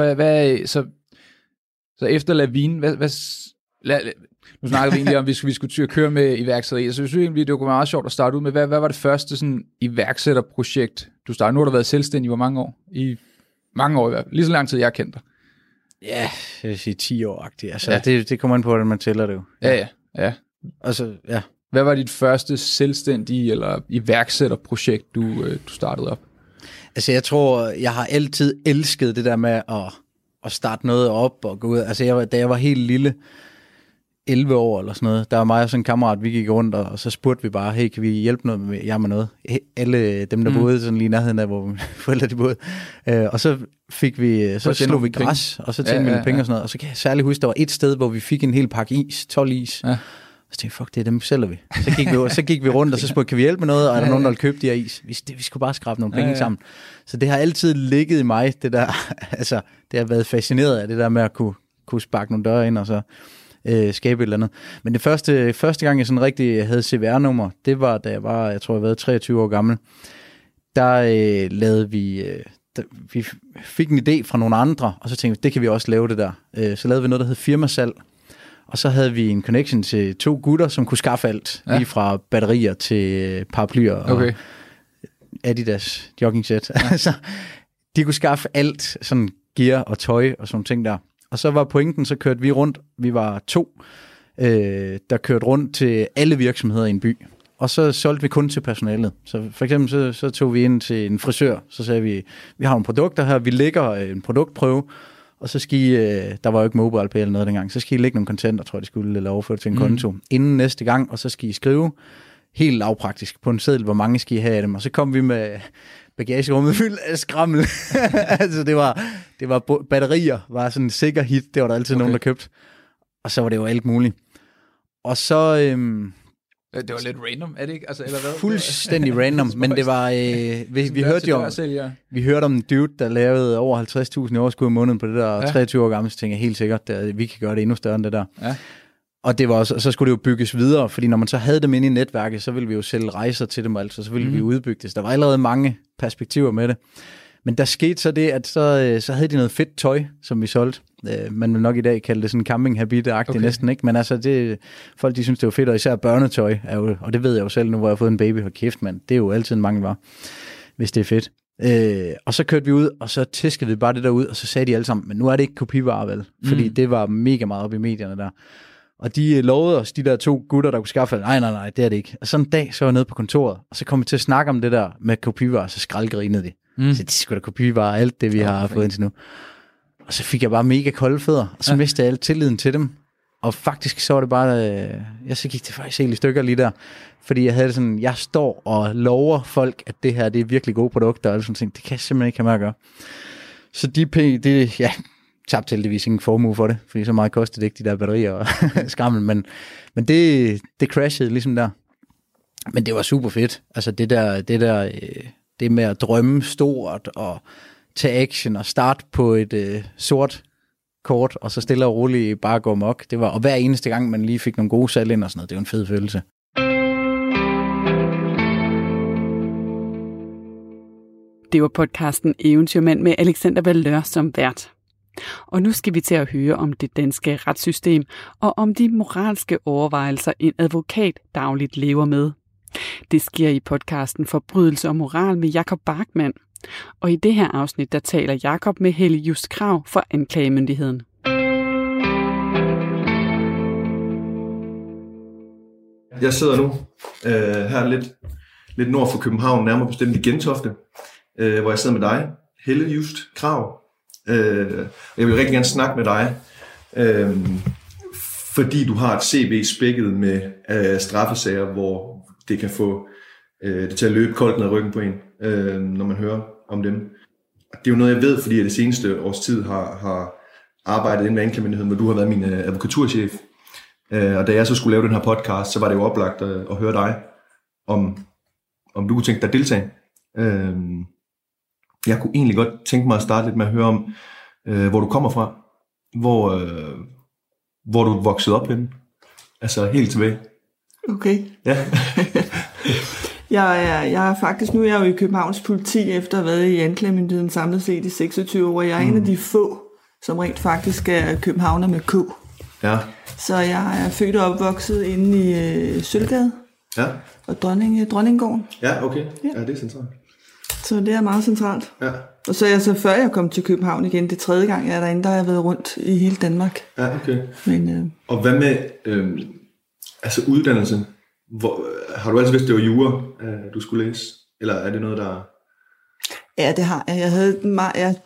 så efter lavinen, nu snakker vi egentlig om, at vi skulle køre med iværksætteri. Så jeg synes egentlig, det kunne være meget sjovt at starte ud med, hvad var det første sådan iværksætterprojekt, du startede? Nu har du været selvstændig i mange år? I mange år i hvert fald. Lige så lang tid, jeg har kendt dig. Ja, jeg vil sige 10 år-agtigt. Altså, ja. Det kommer an på, hvordan man tæller det jo. Ja. Altså, ja. Hvad var dit første selvstændige eller iværksætterprojekt, du startede op? Altså, jeg tror, jeg har altid elsket det der med at starte noget op og gå ud. Altså, da jeg var helt lille, 11 år eller sådan noget, der var mig og sådan en kammerat, vi gik rundt, og så spurgte vi bare, hey, kan vi hjælpe noget med jer med noget? Alle dem, der boede sådan lige i nærheden af, hvor forældre de boede. Og så slog vi græs, og så tjente vi nogle penge og sådan noget. Og så kan jeg særligt huske, der var et sted, hvor vi fik en hel pakke is, 12 is. Ja. Så tænkte jeg, fuck, det er dem sælger vi. Så gik vi rundt, og så spurgte, kan vi hjælpe med noget? Og er der nogen, der vil købe de her is? Vi skulle bare skrabe nogle penge sammen. Så det har altid ligget i mig, det der, altså, det har været fascineret af det der med at kunne sparke nogle døre ind, og så skabe et eller andet. Men det første gang, jeg sådan rigtig havde CVR-nummer, det var, da jeg var, jeg tror, jeg var 23 år gammel. Der lavede vi fik en idé fra nogle andre, og så tænkte vi, det kan vi også lave det der. Så lavede vi noget, der hed firmasalg. Og så havde vi en connection til 2 gutter, som kunne skaffe alt. Lige fra batterier til paraplyer og Adidas joggingset. Ja. Altså, de kunne skaffe alt, sådan gear og tøj og sådan ting der. Og så var pointen, så kørte vi rundt. Vi var 2, der kørte rundt til alle virksomheder i en by. Og så solgte vi kun til personalet. Så for eksempel så tog vi ind til en frisør. Så sagde vi har nogle produkter her. Vi lægger en produktprøve. Og så skal I, der var jo ikke MobilePay eller noget dengang, så skal I lægge nogle kontanter, tror jeg, de skulle, eller overføre til en konto, inden næste gang, og så skal I skrive helt lavpraktisk på en seddel, hvor mange skal I have af dem. Og så kom vi med bagagerummet fyldt af skrammel. Altså det var batterier, var sådan en sikker hit, det var der altid nogen, der købte. Og så var det jo alt muligt. Og så... det var lidt random, er det ikke? Altså, eller hvad? Fuldstændig random, men det var... vi hørte om en dude, der lavede over 50.000 i overskud i måneden på det der 23 år gammel, så tænkte jeg helt sikkert, at vi kan gøre det endnu større end det der. Ja. Og det var også, så skulle det jo bygges videre, fordi når man så havde dem inde i netværket, så ville vi jo sælge rejser til dem, altså så ville vi udbygge det. Så der var allerede mange perspektiver med det. Men der skete så det, at så havde de noget fedt tøj, som vi solgte. Man vil nok i dag kalde det sådan camping habit-agtigt næsten, ikke? Men altså, folk de synes, det var fedt, og især børnetøj, og det ved jeg jo selv nu, hvor jeg har fået en baby, hold kæft, mand. Det er jo altid en mangelvare, hvis det er fedt. Og så kørte vi ud, og så tæskede vi bare det der ud, og så sagde de alle sammen, men nu er det ikke kopivarer, vel? Fordi det var mega meget op i medierne der. Og de lovede os, de der 2 gutter, der kunne skaffe, nej, det er det ikke. Og sådan en dag, så var jeg nede på kontoret, og så kom vi til at snakke om det der med kopivarer, så skraldgrinede de. Så de skulle da kopivarer alt det, vi har fået indtil nu. Og så fik jeg bare mega kolde fødder, og så mistede jeg alt tilliden til dem. Og faktisk så var det bare, så gik det faktisk helt i stykker lige der. Fordi jeg havde det sådan, jeg står og lover folk, at det her, det er virkelig gode produkter, og sådan ting. Det kan jeg simpelthen ikke have med at gøre. Så de penge, tabte heldigvis ingen formue for det, fordi så meget kostede det ikke, de der batterier og skrammel. Men det crashede ligesom der. Men det var super fedt. Altså det med at drømme stort og tage action og starte på et sort kort, og så stille og roligt bare gå amok. Det var, og hver eneste gang, man lige fik nogle gode salg ind og sådan noget, det var en fed følelse. Det var podcasten Eventyrmand med Alexander Valeur som vært. Og nu skal vi til at høre om det danske retssystem og om de moralske overvejelser, en advokat dagligt lever med. Det sker i podcasten Forbrydelse og moral med Jacob Bachmann. Og i det her afsnit, der taler Jacob med Helle Just Krag for anklagemyndigheden. Jeg sidder nu her lidt nord for København, nærmere bestemt i Gentofte, hvor jeg sidder med dig, Helle Just Krag. Jeg vil rigtig gerne snakke med dig, fordi du har et CV spækket med straffesager, hvor det kan få det til at løbe koldt ned ad ryggen på en, når man hører om dem. Det er jo noget, jeg ved, fordi jeg det seneste års tid har arbejdet inden med anklagemyndigheden, hvor du har været min advokaturchef. Og da jeg så skulle lave den her podcast, så var det jo oplagt at høre dig, om du kunne tænke dig at deltage. Jeg kunne egentlig godt tænke mig at starte lidt med at høre om, hvor du kommer fra. Hvor du voksede op henne. Altså helt tilbage. Okay. Ja. Jeg er faktisk, nu er jeg jo i Københavns politi, efter at have været i anklagemyndigheden samlet set i 26 år. Jeg er en af de få, som rent faktisk er københavner med K. Ja. Så jeg er født og opvokset inde i Sølvgade. Ja. Og Dronninggården. Ja, okay. Ja, det er centralt. Så det er meget centralt. Ja. Og så er jeg så, før jeg kom til København igen, det 3. gang, jeg er derinde, der har jeg været rundt i hele Danmark. Ja, okay. Men, og hvad med uddannelse? Har du altid vidst, det var jura, du skulle læse? Eller er det noget, der... Ja, det har jeg. Jeg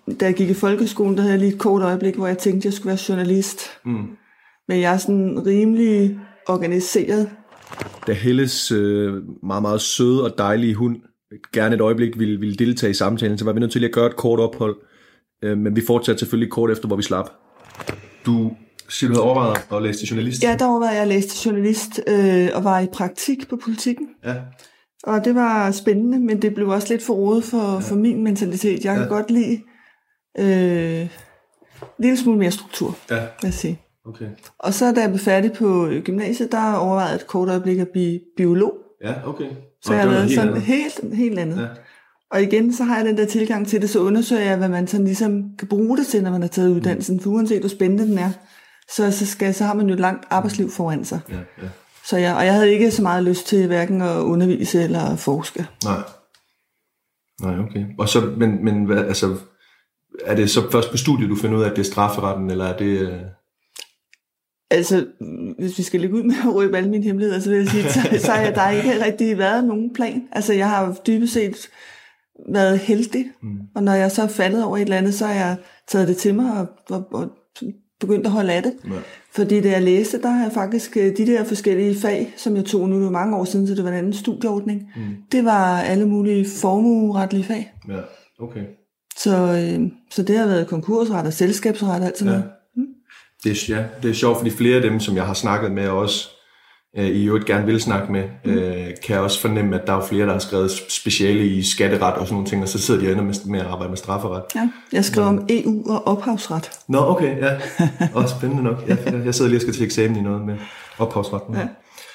da jeg gik i folkeskolen, der havde jeg lige et kort øjeblik, hvor jeg tænkte, at jeg skulle være journalist. Men jeg er sådan rimelig organiseret. Da Helles meget, meget søde og dejlige hund gerne et øjeblik ville deltage i samtalen, så var vi nødt til at gøre et kort ophold. Men vi fortsatte selvfølgelig kort efter, hvor vi slap. Du siger, du havde overvejet at læse til journalist? Ja, der overvejede jeg at læse til journalist og var i praktik på Politikken. Ja. Og det var spændende, men det blev også lidt for rodet for min mentalitet. Jeg kan godt lide en lille smule mere struktur, vil jeg sige. Okay. Og så da jeg blev færdig på gymnasiet, der overvejede et kort øjeblik at blive biolog. Ja, okay. Så jeg har været sådan helt andet. Ja. Og igen, så har jeg den der tilgang til det, så undersøger jeg, hvad man sådan ligesom kan bruge det til, når man har taget uddannelsen. For uanset hvor spændende den er, så har man jo et langt arbejdsliv foran sig. Ja. Så jeg havde ikke så meget lyst til hverken at undervise eller forske. Nej, okay. Og så, men hvad, altså, er det så først på studiet, du finder ud af, at det er strafferetten, eller er det... Altså, hvis vi skal lægge ud med at røbe alle mine hemmeligheder, så vil jeg sige, så har der ikke rigtig været nogen plan. Altså, jeg har dybest set været heldig, og når jeg så er faldet over et eller andet, så har jeg taget det til mig og begyndt at holde af det. Ja. Fordi da jeg læste, der har jeg faktisk de der forskellige fag, som jeg tog nu mange år siden, så det var en anden studieordning. Det var alle mulige formueretlige fag. Ja, okay. Så det har været konkursret og selskabsret og alt sådan noget. Det er sjovt, fordi flere af dem, som jeg har snakket med også, I øvrigt gerne vil snakke med, kan jeg også fornemme, at der er flere, der har skrevet speciale i skatteret og sådan nogle ting, og så sidder de ender med at arbejde med strafferet. Ja, jeg skrev om EU og ophavsret. Nå, okay, ja. Også spændende nok. Jeg sidder lige og skal til eksamen i noget med ophavsretten. Ja.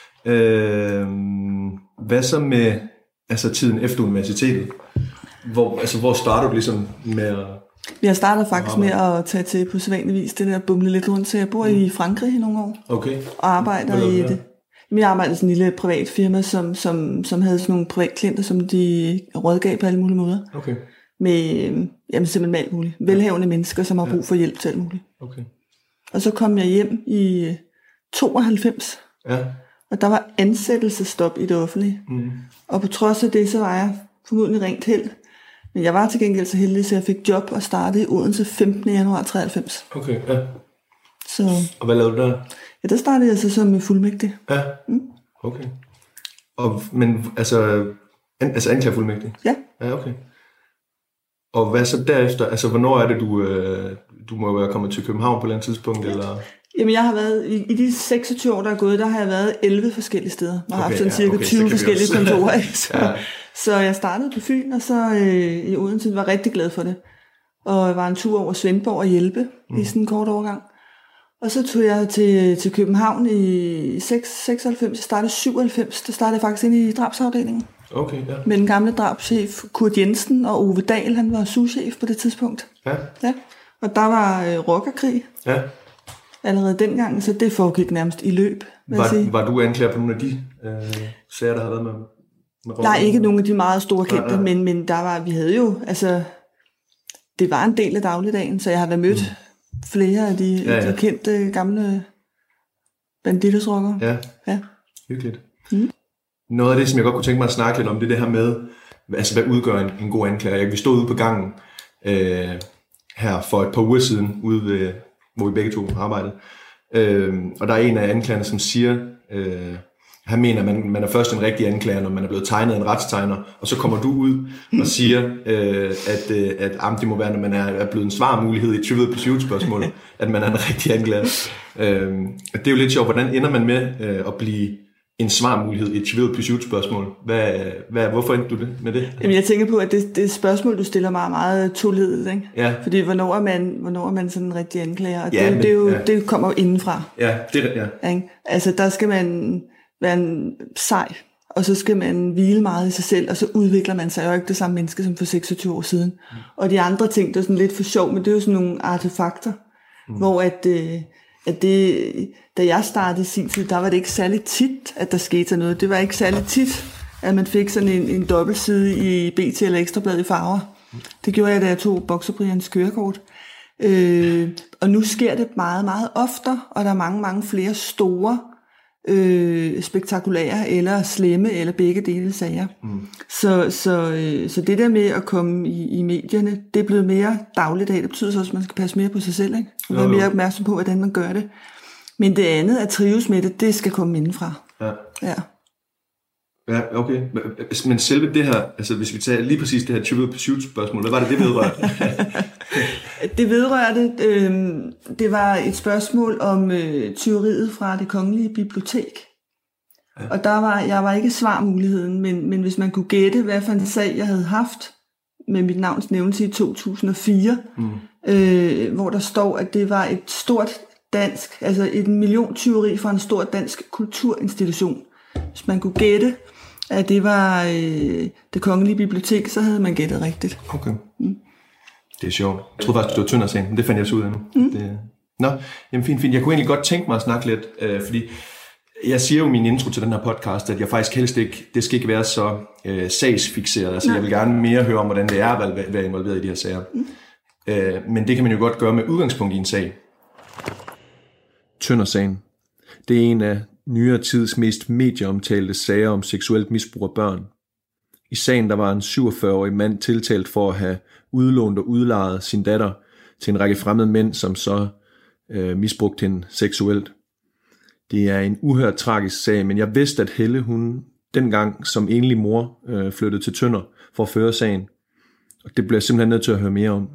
Hvad så med tiden efter universitetet? Hvor starter du ligesom med at... Jeg starter faktisk med at tage til på sædvanlig vis, det der bumle lidt rundt, så jeg bor i Frankrig i nogle år. Okay. Og arbejder i det. Jeg arbejdede i sådan en lille privat firma, som havde sådan nogle privatklienter, som de rådgav på alle mulige måder. Okay. Med simpelthen alt muligt. Velhavende mennesker, som har brug for hjælp til alt muligt. Okay. Og så kom jeg hjem i 92. Ja. Og der var ansættelsesstop i det offentlige. Og på trods af det, så var jeg formodentlig rent held. Men jeg var til gengæld så heldig, så jeg fik job og startede i Odense 15. januar 93. Okay, ja. Så, og hvad lavede du der? Ja, der startede jeg så som fuldmægtig. Ja, okay. Men anklagerfuldmægtig? Ja. Ja, okay. Og hvad så derefter? Hvornår er det, du må være kommet til København på et eller andet tidspunkt? Eller? Jamen, jeg har været, i de 26 år, der er gået, der har jeg været 11 forskellige steder. Jeg har haft sådan cirka 20 forskellige kontorer. Så jeg startede på Fyn, og så i Odense var rigtig glad for det. Og jeg var en tur over Svendborg og hjælpe i sådan en kort overgang. Og så tog jeg til København i 96, jeg startede 97, der startede jeg faktisk ind i drabsafdelingen. Okay, ja. Med den gamle drabschef Kurt Jensen og Ove Dahl, han var souschef på det tidspunkt. Ja. Og der var rockerkrig. Ja. Allerede dengang, så det foregik nærmest i løb. Var du anklager på nogle af de sager, der havde været med Nej, ikke nogle af de meget store kendte, men der var, vi havde jo, det var en del af dagligdagen, så jeg har da mødt flere af de kendte gamle bandittersrockere. Ja, hyggeligt. Noget af det, som jeg godt kunne tænke mig at snakke lidt om, det er det her med, hvad udgør en god anklager. Vi stod ude på gangen her for et par uger siden, ude ved, hvor vi begge to arbejdede, og der er en af anklagerne, som siger... Han mener, at man er først en rigtig anklager, når man er blevet tegnet af en retstegner, og så kommer du ud og siger, at det må være, når man er blevet en svarmulighed i et Trivial Pursuit-spørgsmål, at man er en rigtig anklager. Det er jo lidt sjovt, hvordan ender man med at blive en svarmulighed i et Trivial Pursuit-spørgsmål? Hvorfor endte du det med det? Jamen, jeg tænker på, at det spørgsmål, du stiller mig, er meget toledet, ikke? Ja. Fordi hvornår er man sådan en rigtig anklager? Og det kommer jo indenfra. Ja, det er ja. Altså, der skal man være en sej, og så skal man hvile meget i sig selv, og så udvikler man sig jo ikke det samme menneske som for 26 år siden. Og de andre ting, der er sådan lidt for sjov, men det er jo sådan nogle artefakter, hvor at det, da jeg startede i sin tid, der var det ikke særlig tit, at der skete noget. Det var ikke særlig tit, at man fik sådan en dobbeltside i BT eller Ekstrabladet i farver. Det gjorde jeg, da jeg tog Bokserbrians kørekort. Og nu sker det meget, meget oftere, og der er mange, mange flere store spektakulære, eller slemme, eller begge dele sager. Så det der med at komme i medierne, det er blevet mere dagligdag. Det betyder så også, at man skal passe mere på sig selv, ikke? Og være mere opmærksom på, hvordan man gør det. Men det andet, at trives med det, det skal komme indenfra. Ja. Ja, okay. Men selve det her, altså hvis vi tager lige præcis det her Trivial Pursuit-spørgsmål, hvad var det vedrørte? Det vedrørte, det var et spørgsmål om tyveriet fra Det Kongelige Bibliotek. Ja. Og jeg var ikke svarmuligheden, men hvis man kunne gætte, hvad for en sag jeg havde haft med mit navns nævnelse i 2004, hvor der står, at det var et stort dansk, altså et milliontyveri fra en stor dansk kulturinstitution. Hvis man kunne gætte, at det var Det Kongelige Bibliotek, så havde man gættet rigtigt. Okay. Det er sjovt. Jeg troede faktisk, det var Tønder-sagen, men det fandt jeg så ud af nu. Nå, jamen fint. Jeg kunne egentlig godt tænke mig at snakke lidt, fordi jeg siger jo i min intro til den her podcast, at jeg faktisk helst ikke, det skal ikke være så sagsfixeret. Altså, jeg vil gerne mere høre om, hvordan det er at være involveret i de her sager. Men det kan man jo godt gøre med udgangspunkt i en sag. Tønder-sagen. Det er en af nyere tids mest medieomtalte sager om seksuelt misbrug af børn. I sagen der var en 47-årig mand tiltalt for at have udlånt og udlejet sin datter til en række fremmede mænd, som så misbrugte hende seksuelt. Det er en uhørt tragisk sag, men jeg vidste, at Helle, hun dengang som enlig mor flyttede til Tønder for at føre sagen. Og det bliver jeg simpelthen nødt til at høre mere om.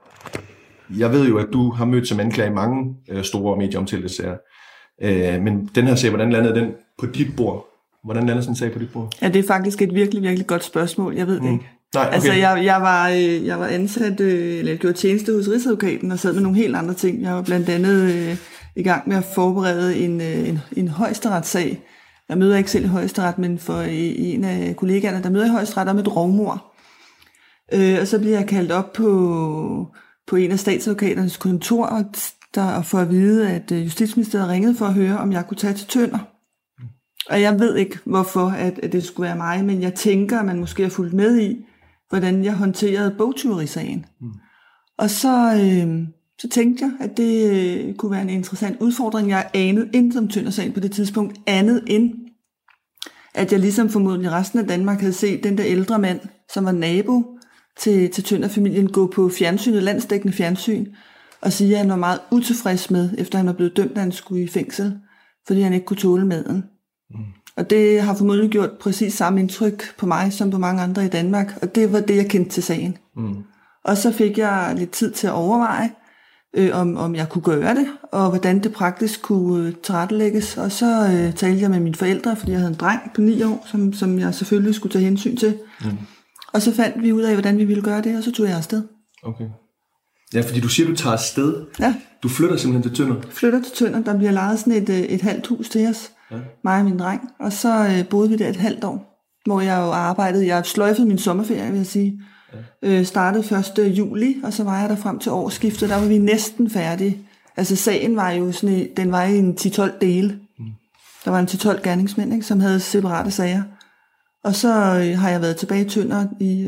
Jeg ved jo, at du har mødt som anklager i mange store medieomtalte sager. Men den her sag, hvordan landede den på dit bord? Hvordan landede sådan en sag på dit bord? Ja, det er faktisk et virkelig, virkelig godt spørgsmål. Jeg ved det ikke. Nej, okay. Altså, jeg var ansat, eller gjorde tjeneste hos Rigsadvokaten og sad med nogle helt andre ting. Jeg var blandt andet i gang med at forberede en højesteretssag. Jeg møder ikke selv i højesteret, men for en af kollegaerne, der møder i højesteret om et rovmord. Og så bliver jeg kaldt op på en af statsadvokaternes kontor, og får at vide, at Justitsministeriet ringede for at høre, om jeg kunne tage til Tønder. Og jeg ved ikke, hvorfor at det skulle være mig, men jeg tænker, at man måske har fulgt med i, hvordan jeg håndterede bogtyverisagen. Og så tænkte jeg, at det kunne være en interessant udfordring. Jeg anede intet om Tønder-sagen på det tidspunkt, andet end, at jeg ligesom formodentlig resten af Danmark havde set den der ældre mand, som var nabo til Tønder-familien, gå på fjernsynet, landsdækkende fjernsyn, og sige, at han var meget utilfreds med, efter han var blevet dømt, at han skulle i fængsel, fordi han ikke kunne tåle maden. Og det har formodentlig gjort præcis samme indtryk på mig, som på mange andre i Danmark, og det var det, jeg kendte til sagen. Og så fik jeg lidt tid til at overveje, om jeg kunne gøre det, og hvordan det praktisk kunne tilrettelægges. Og så talte jeg med mine forældre, fordi jeg havde en dreng på 9 år, som jeg selvfølgelig skulle tage hensyn til. Og så fandt vi ud af, hvordan vi ville gøre det, og så tog jeg afsted. Okay. Ja, fordi du siger, du tager afsted. Ja. Du flytter simpelthen til Tønder. Flytter til Tønder. Der bliver lejet sådan et halvt hus til os, mig og min dreng. Og så boede vi der et halvt år, hvor jeg jo arbejdede. Jeg sløjfede min sommerferie, vil jeg sige. Startede 1. juli, og så var jeg der frem til årsskiftet. Der var vi næsten færdige. Altså sagen var jo sådan, den var i en 10-12 dele. Der var en 10-12 gerningsmænd, ikke, som havde separate sager. Og så har jeg været tilbage i Tønder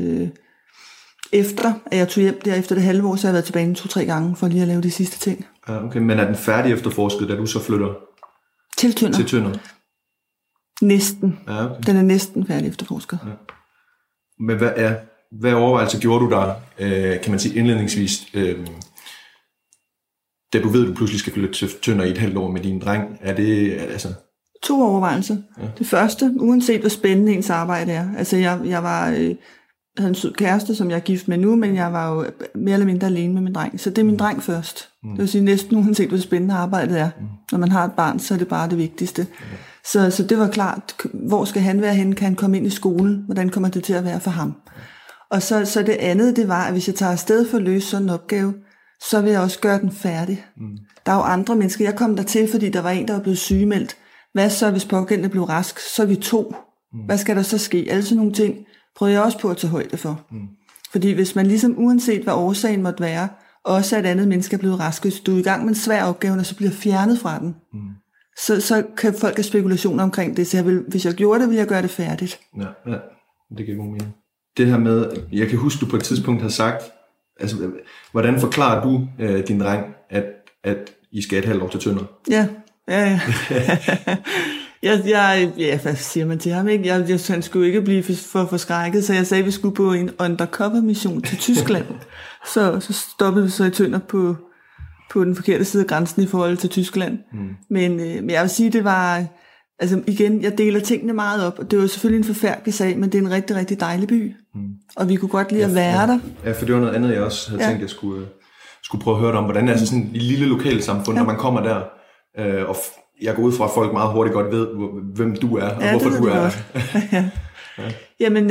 efter at jeg tog hjem der efter det halve år, så har jeg været tilbage 2-3 gange for lige at lave de sidste ting. Ja, okay, men er den færdig efterforsket, da du så flytter til Tønder? Næsten. Ja, okay. Den er næsten færdig efterforsket. Ja. Men hvad overvejelser gjorde du der, kan man sige indledningsvis, da du ved, at du pludselig skal flytte til Tønder i et halvt år med din dreng? Er det altså... 2 overvejelser. Ja. Det første, uanset hvor spændende ens arbejde er. Altså jeg havde en sød kæreste, som jeg er gift med nu, men jeg var jo mere eller mindre alene med min dreng. Så det er min dreng først. Det vil sige næsten uanset hvor spændende arbejdet er. Når man har et barn, så er det bare det vigtigste. Så det var klart, hvor skal han være henne? Kan han komme ind i skolen? Hvordan kommer det til at være for ham? Og så det andet, det var, at hvis jeg tager afsted for at løse sådan en opgave, så vil jeg også gøre den færdig. Der er jo andre mennesker. Jeg kom dertil, fordi der var en, der var blevet sygemeldt. Hvad så, hvis pågældende blev rask? Så er vi 2. Hvad skal der så ske? Alle sådan nogle ting prøver jeg også på at tage højde for. Fordi hvis man ligesom, uanset hvad årsagen måtte være, også at et andet menneske er blevet rask, hvis du er i gang med en svær opgave, og så bliver fjernet fra den, så kan folk have spekulationer omkring det. Så hvis jeg gjorde det, ville jeg gøre det færdigt. Ja, det giver god mening. Det her med, jeg kan huske, du på et tidspunkt har sagt, altså, hvordan forklarer du din dreng, at I skal et halvt år til Tønder? Ja. Hvad siger man til ham, ikke? Han skulle ikke blive for forskrækket, så jeg sagde, at vi skulle på en undercover-mission til Tyskland. så stoppede vi så i Tønder på den forkerte side af grænsen i forhold til Tyskland. Men jeg vil sige, det var... Altså igen, jeg deler tingene meget op, og det var selvfølgelig en forfærdelig sag, men det er en rigtig, rigtig dejlig by. Og vi kunne godt lide at være der. Ja, for det var noget andet, jeg også havde tænkt, jeg skulle prøve at høre om, hvordan er sådan et lille lokalsamfund, når man kommer der, og jeg går ud fra, at folk meget hurtigt godt ved, hvem du er, og hvorfor du er der. Ja. Jamen,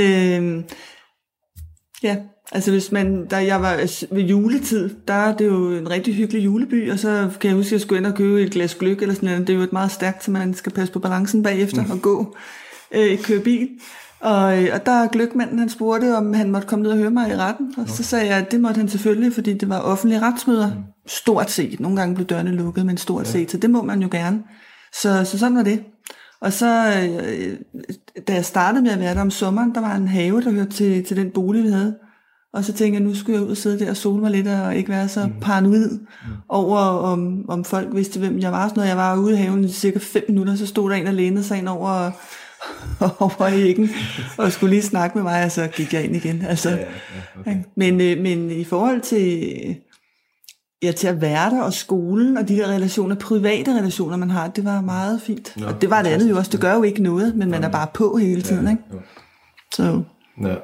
altså hvis jeg var ved juletid, der er det jo en rigtig hyggelig juleby, og så kan jeg huske, at jeg skulle ind og købe et glas gløgg eller sådan noget. Det er jo et meget stærkt, så man skal passe på balancen bagefter og gå, køre bil. Og der gløgmanden, han spurgte, om han måtte komme ned og høre mig i retten, og så sagde jeg, at det måtte han selvfølgelig, fordi det var offentlige retsmøder. Stort set. Nogle gange blev dørene lukket, men stort set, så det må man jo gerne. Så sådan var det. Og så, da jeg startede med at være der om sommeren, der var en have, der hørte til den bolig, vi havde. Og så tænkte jeg, nu skulle jeg ud og sidde der og sole mig lidt, og ikke være så paranoid over, om folk vidste, hvem jeg var. Når jeg var ude i haven i cirka 5 minutter, så stod der en og lænede sig ind over æggen, og skulle lige snakke med mig, og så gik jeg ind igen. Altså, okay. Men i forhold til at være der, og skolen, og de der relationer, private relationer, man har, det var meget fint. Og det var det andet jo også. Det gør jo ikke noget, men man er bare på hele tiden. Ikke? Så... Ja.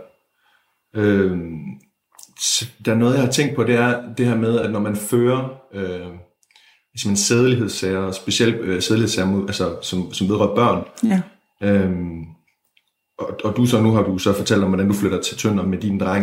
Der er noget, jeg har tænkt på, det er det her med, at når man fører sædelighedssager, specielt sædelighedssager, altså, som vedrører børn, og nu har du så fortalt om, hvordan du flytter til Tønder med din dreng,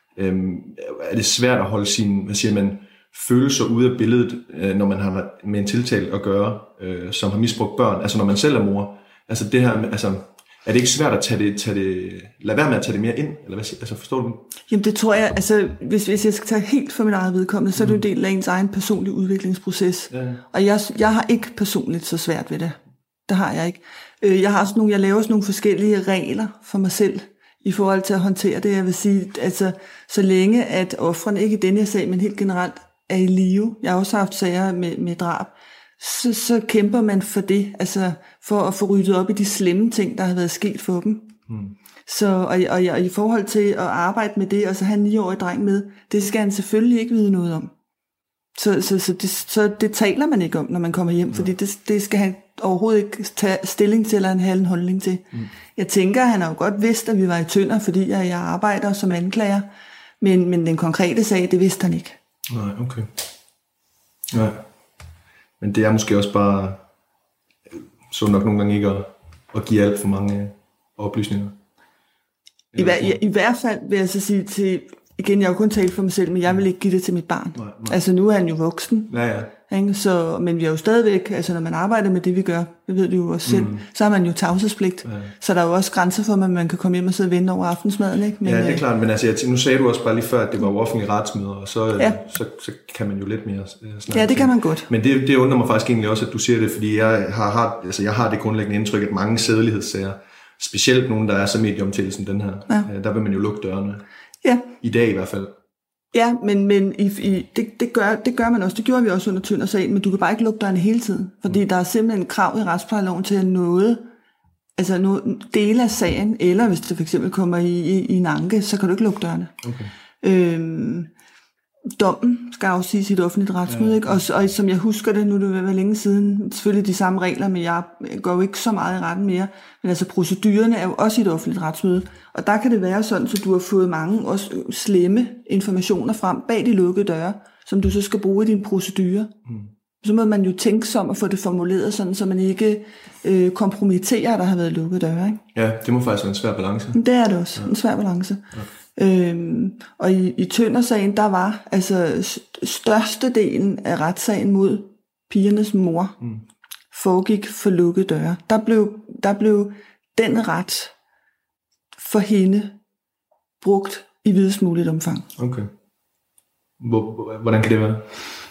er det svært at holde sine, følelser ude af billedet, når man har med en tiltalt at gøre, som har misbrugt børn, altså når man selv er mor, altså det her, altså er det ikke svært at lade være med at tage det mere ind? Eller hvad, altså forstår du? Jamen det tror jeg, altså hvis jeg skal tage helt for mit eget vedkommende, så er det jo en del af ens egen personlige udviklingsproces. Ja. Og jeg har ikke personligt så svært ved det. Det har jeg ikke. Jeg laver sådan nogle forskellige regler for mig selv, i forhold til at håndtere det. Jeg vil sige, altså så længe at ofrene, ikke i denne sag, men helt generelt, er i live. Jeg har også haft sager med drab. Så kæmper man for det, altså for at få ryddet op i de slemme ting, der har været sket for dem. Så, og i forhold til at arbejde med det, og så have en 9-årig dreng med, det skal han selvfølgelig ikke vide noget om. Så det taler man ikke om, når man kommer hjem, fordi det skal han overhovedet ikke tage stilling til, eller have en holdning til. Jeg tænker, han har jo godt vidst, at vi var i Tønder, fordi jeg arbejder som anklager, men den konkrete sag, det vidste han ikke. Nej, okay. Nej. Men det er måske også bare så nok nogle gange ikke at give alt for mange oplysninger. I hvert fald vil jeg så sige til, igen, jeg har jo kun talt for mig selv, men jeg vil ikke give det til mit barn. Nej. Altså nu er han jo voksen. Ja. Så, men vi er jo stadigvæk, altså når man arbejder med det, vi gør, det ved vi jo også selv, så har man jo tavshedspligt. Ja. Så der er jo også grænser for, at man kan komme hjem og sidde og vente over aftensmaden. Ikke? Men, det er klart, men altså, nu sagde du også bare lige før, at det var offentlige retsmøder, og så kan man jo lidt mere snakke. Ja, det kan man godt. Men det undrer mig faktisk egentlig også, at du siger det, fordi jeg har det grundlæggende indtryk, at mange sædelighedssager, specielt nogen, der er så medieomtalt som den her, der vil man jo lukke dørene. Ja. I dag i hvert fald. Ja, men det gør man også. Det gjorde vi også under Tønder-sagen, men du kan bare ikke lukke dørene hele tiden. Fordi der er simpelthen krav i retsplejeloven til at noget dele af sagen, eller hvis det for eksempel kommer i en anke, så kan du ikke lukke dørene. Okay. Dommen skal afsiges i et offentligt retsmøde, ikke? Og som jeg husker det, nu er det været længe siden, selvfølgelig de samme regler, men jeg går jo ikke så meget i retten mere, men altså procedurerne er jo også i et offentligt retsmøde, og der kan det være sådan, så du har fået mange også slemme informationer frem bag de lukkede døre, som du så skal bruge i din procedure. Så må man jo tænke sig om at få det formuleret sådan, så man ikke kompromitterer, at der har været lukkede døre, ikke? Ja, det må faktisk være en svær balance. Det er det også, en svær balance. Ja. Og i Tønder-sagen, der var altså størstedelen af retssagen mod pigernes mor foregik for lukkede døre. Der blev den ret for hende brugt i videst muligt omfang. Okay. Hvordan kan det være?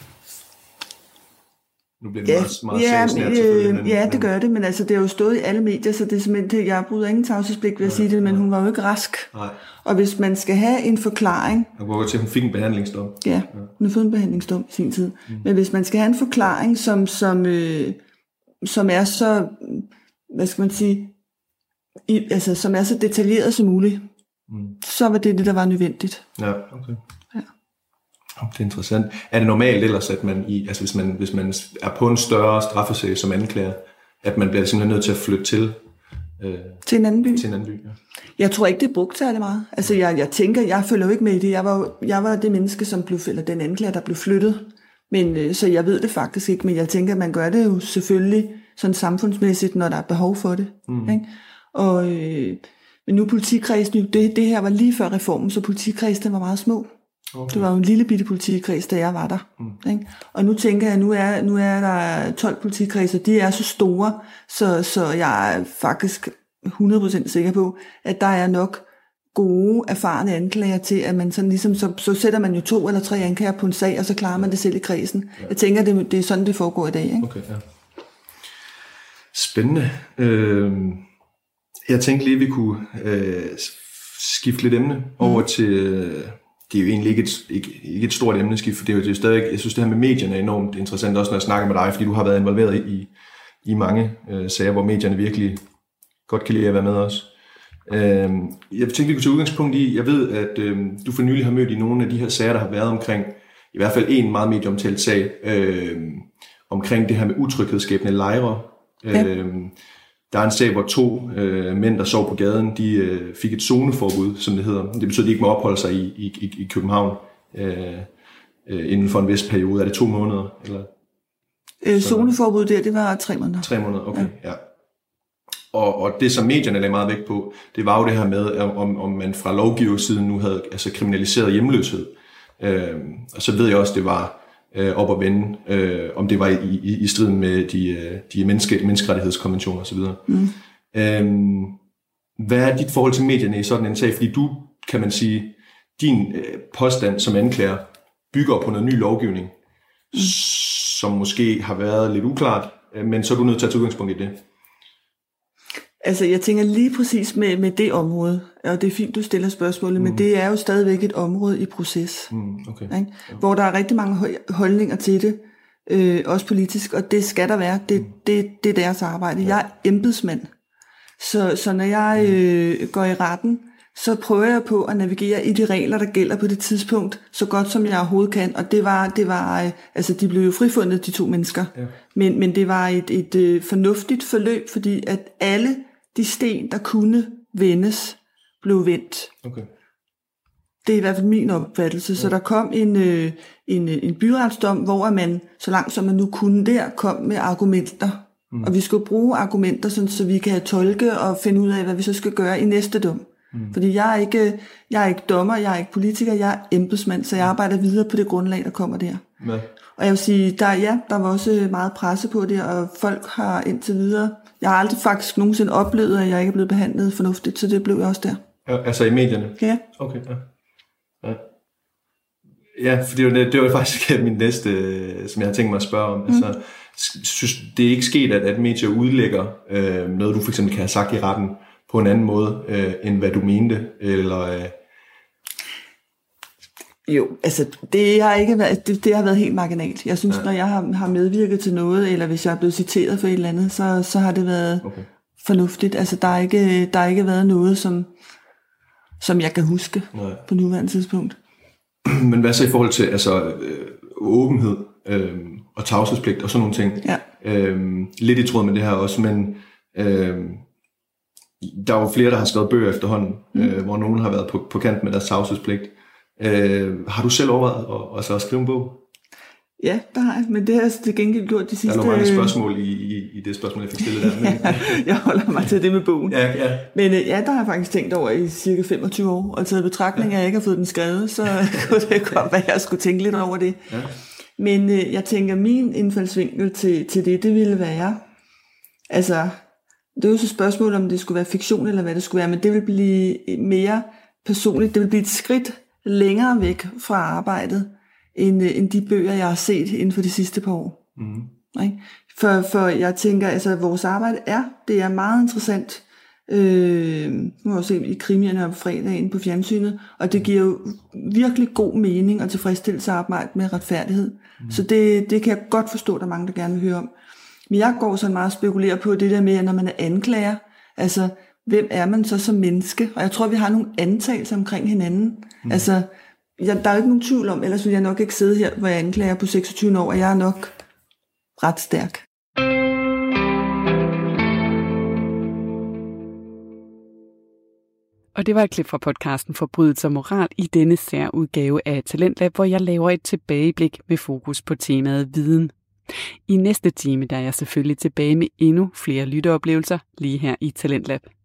Nu bliver det meget sagsnært selvfølgelig. Ja, det gør det, men altså det er jo stået i alle medier, så det er simpelthen, jeg bryder ingen tavshedspligt ved at sige det, men hun var jo ikke rask. Nej. Og hvis man skal have en forklaring... Jeg går til, at hun fik en behandlingsdom. Ja, hun har fået en behandlingsdom i sin tid. Men hvis man skal have en forklaring, som er så hvad skal man sige, altså, som er så detaljeret som muligt, så var det, der var nødvendigt. Ja, okay. Ja. Det er interessant. Er det normalt ellers, at man, hvis man er på en større straffesag som anklager, at man bliver simpelthen nødt til at flytte til en anden by? Til en anden by, ja. Jeg tror ikke, det er brugt særlig meget. Altså, jeg tænker, jeg følger jo ikke med i det. Jeg var det menneske, eller den anklager, der blev flyttet. Men, så jeg ved det faktisk ikke, men jeg tænker, at man gør det jo selvfølgelig sådan samfundsmæssigt, når der er behov for det. Ikke? Og, men nu politikredsen, det her var lige før reformen, så politikredsen var meget små. Okay. Det var jo en lille bitte politikreds, da jeg var der. Ikke? Og nu tænker jeg, nu er der 12 politikredser, de er så store, så jeg er faktisk 100% sikker på, at der er nok gode, erfarne anklager til, at man sådan ligesom, så sætter man jo 2 eller 3 anklager på en sag, og så klarer man det selv i kredsen. Ja. Jeg tænker, det er sådan, det foregår i dag. Ikke? Okay, ja. Spændende. Jeg tænkte lige, vi kunne skifte lidt emne over til... Det er jo egentlig ikke et stort emneskift, for det er jo stadig... Jeg synes, det her med medierne er enormt interessant, også når jeg snakker med dig, fordi du har været involveret i mange sager, hvor medierne virkelig godt kan lide at være med os. Jeg tænkte, vi kunne tage udgangspunkt i... Jeg ved, at du for nylig har mødt i nogle af de her sager, der har været omkring... I hvert fald en meget medieomtalt sag omkring det her med utryghedsskabende lejre. Ja. Der er en sag, hvor 2 mænd, der sov på gaden, de fik et zoneforbud, som det hedder. Det betyder, at de ikke må opholde sig i København inden for en vis periode. Er det 2 måneder? Eller? Zoneforbud det var 3 måneder. 3 måneder, okay, ja. Og det, som medierne lagde meget vægt på, det var jo det her med, om man fra lovgiversiden nu havde kriminaliseret hjemløshed. Og så ved jeg også, det var op at vende, om det var i strid med de menneskerettighedskonventioner osv. Hvad er dit forhold til medierne i sådan en sag? Fordi du, kan man sige, din påstand som anklager bygger på noget ny lovgivning, som måske har været lidt uklart, men så er du nødt til at tage udgangspunkt i det. Altså, jeg tænker lige præcis med det område, og det er fint, du stiller spørgsmålet, men det er jo stadigvæk et område i proces, okay. Hvor der er rigtig mange holdninger til det, også politisk, og det skal der være. Det er deres arbejde. Jeg er embedsmand, så når jeg går i retten, så prøver jeg på at navigere i de regler, der gælder på det tidspunkt, så godt som jeg overhovedet kan, og det var altså de blev jo frifundet, de 2 mennesker, men det var et fornuftigt forløb, fordi at alle de sten, der kunne vendes, blev vendt. Okay. Det er i hvert fald min opfattelse. Så der kom en byretsdom, hvor man, så langt som man nu kunne der, kom med argumenter. Og vi skulle bruge argumenter, sådan, så vi kan tolke og finde ud af, hvad vi så skal gøre i næste dom. Fordi jeg er ikke dommer, jeg er ikke politiker, jeg er embedsmand, så jeg arbejder videre på det grundlag, der kommer der. Ja. Og jeg vil sige, der var også meget presse på det, og folk har indtil videre... Jeg har aldrig faktisk nogensinde oplevet, at jeg ikke er blevet behandlet fornuftigt, så det blev jeg også der. Altså i medierne? Ja. Okay, ja. Ja, for det var faktisk min næste, som jeg har tænkt mig at spørge om. Altså, synes det er ikke sket, at medier udlægger noget, du for eksempel kan have sagt i retten, på en anden måde, end hvad du mente, eller... Jo, altså det har været helt marginalt. Jeg synes, når jeg har medvirket til noget, eller hvis jeg er blevet citeret for et eller andet, så har det været fornuftigt. Altså der har ikke været noget, som jeg kan huske på nuværende tidspunkt. Men hvad så i forhold til åbenhed og tavshedspligt og sådan nogle ting? Ja. Lidt i tråd med det her også, men der er jo flere, der har skrevet bøger efterhånden, hvor nogen har været på kant med deres tavshedspligt. Har du selv overvejet at skrive en bog? Ja, det har jeg, men det har jeg til gengæld gjort de sidste... Der er nogle mange spørgsmål i det spørgsmål, jeg fik stillet der. Men... Jeg holder mig til det med bogen. Ja. Men der har jeg faktisk tænkt over i cirka 25 år, og taget betragtning af, at jeg ikke har fået den skrevet, så kunne det godt være, at jeg skulle tænke lidt over det. Ja. Men jeg tænker, min indfaldsvinkel til det ville være... Altså, det er jo så et spørgsmål, om det skulle være fiktion, eller hvad det skulle være, men det vil blive mere personligt. Det vil blive et skridt længere væk fra arbejdet, end de bøger, jeg har set inden for de sidste par år. Ikke? For jeg tænker, altså vores arbejde det er meget interessant. Nu har jeg set i krimierne om fredagen på fjernsynet, og det giver jo virkelig god mening og tilfredsstillelse at arbejde med retfærdighed. Så det kan jeg godt forstå, at der er mange, der gerne vil høre om. Men jeg går sådan meget og spekulerer på det der med, at når man er anklager, altså hvem er man så som menneske? Og jeg tror, vi har nogle antagelser omkring hinanden. Altså, der er jo ikke nogen tvivl om, ellers ville jeg nok ikke sidde her, hvor jeg anklager på 26 år, og jeg er nok ret stærk. Og det var et klip fra podcasten Forbrydelse og Moral i denne særudgave af Talentlab, hvor jeg laver et tilbageblik med fokus på temaet viden. I næste time der er jeg selvfølgelig tilbage med endnu flere lytteoplevelser lige her i Talentlab.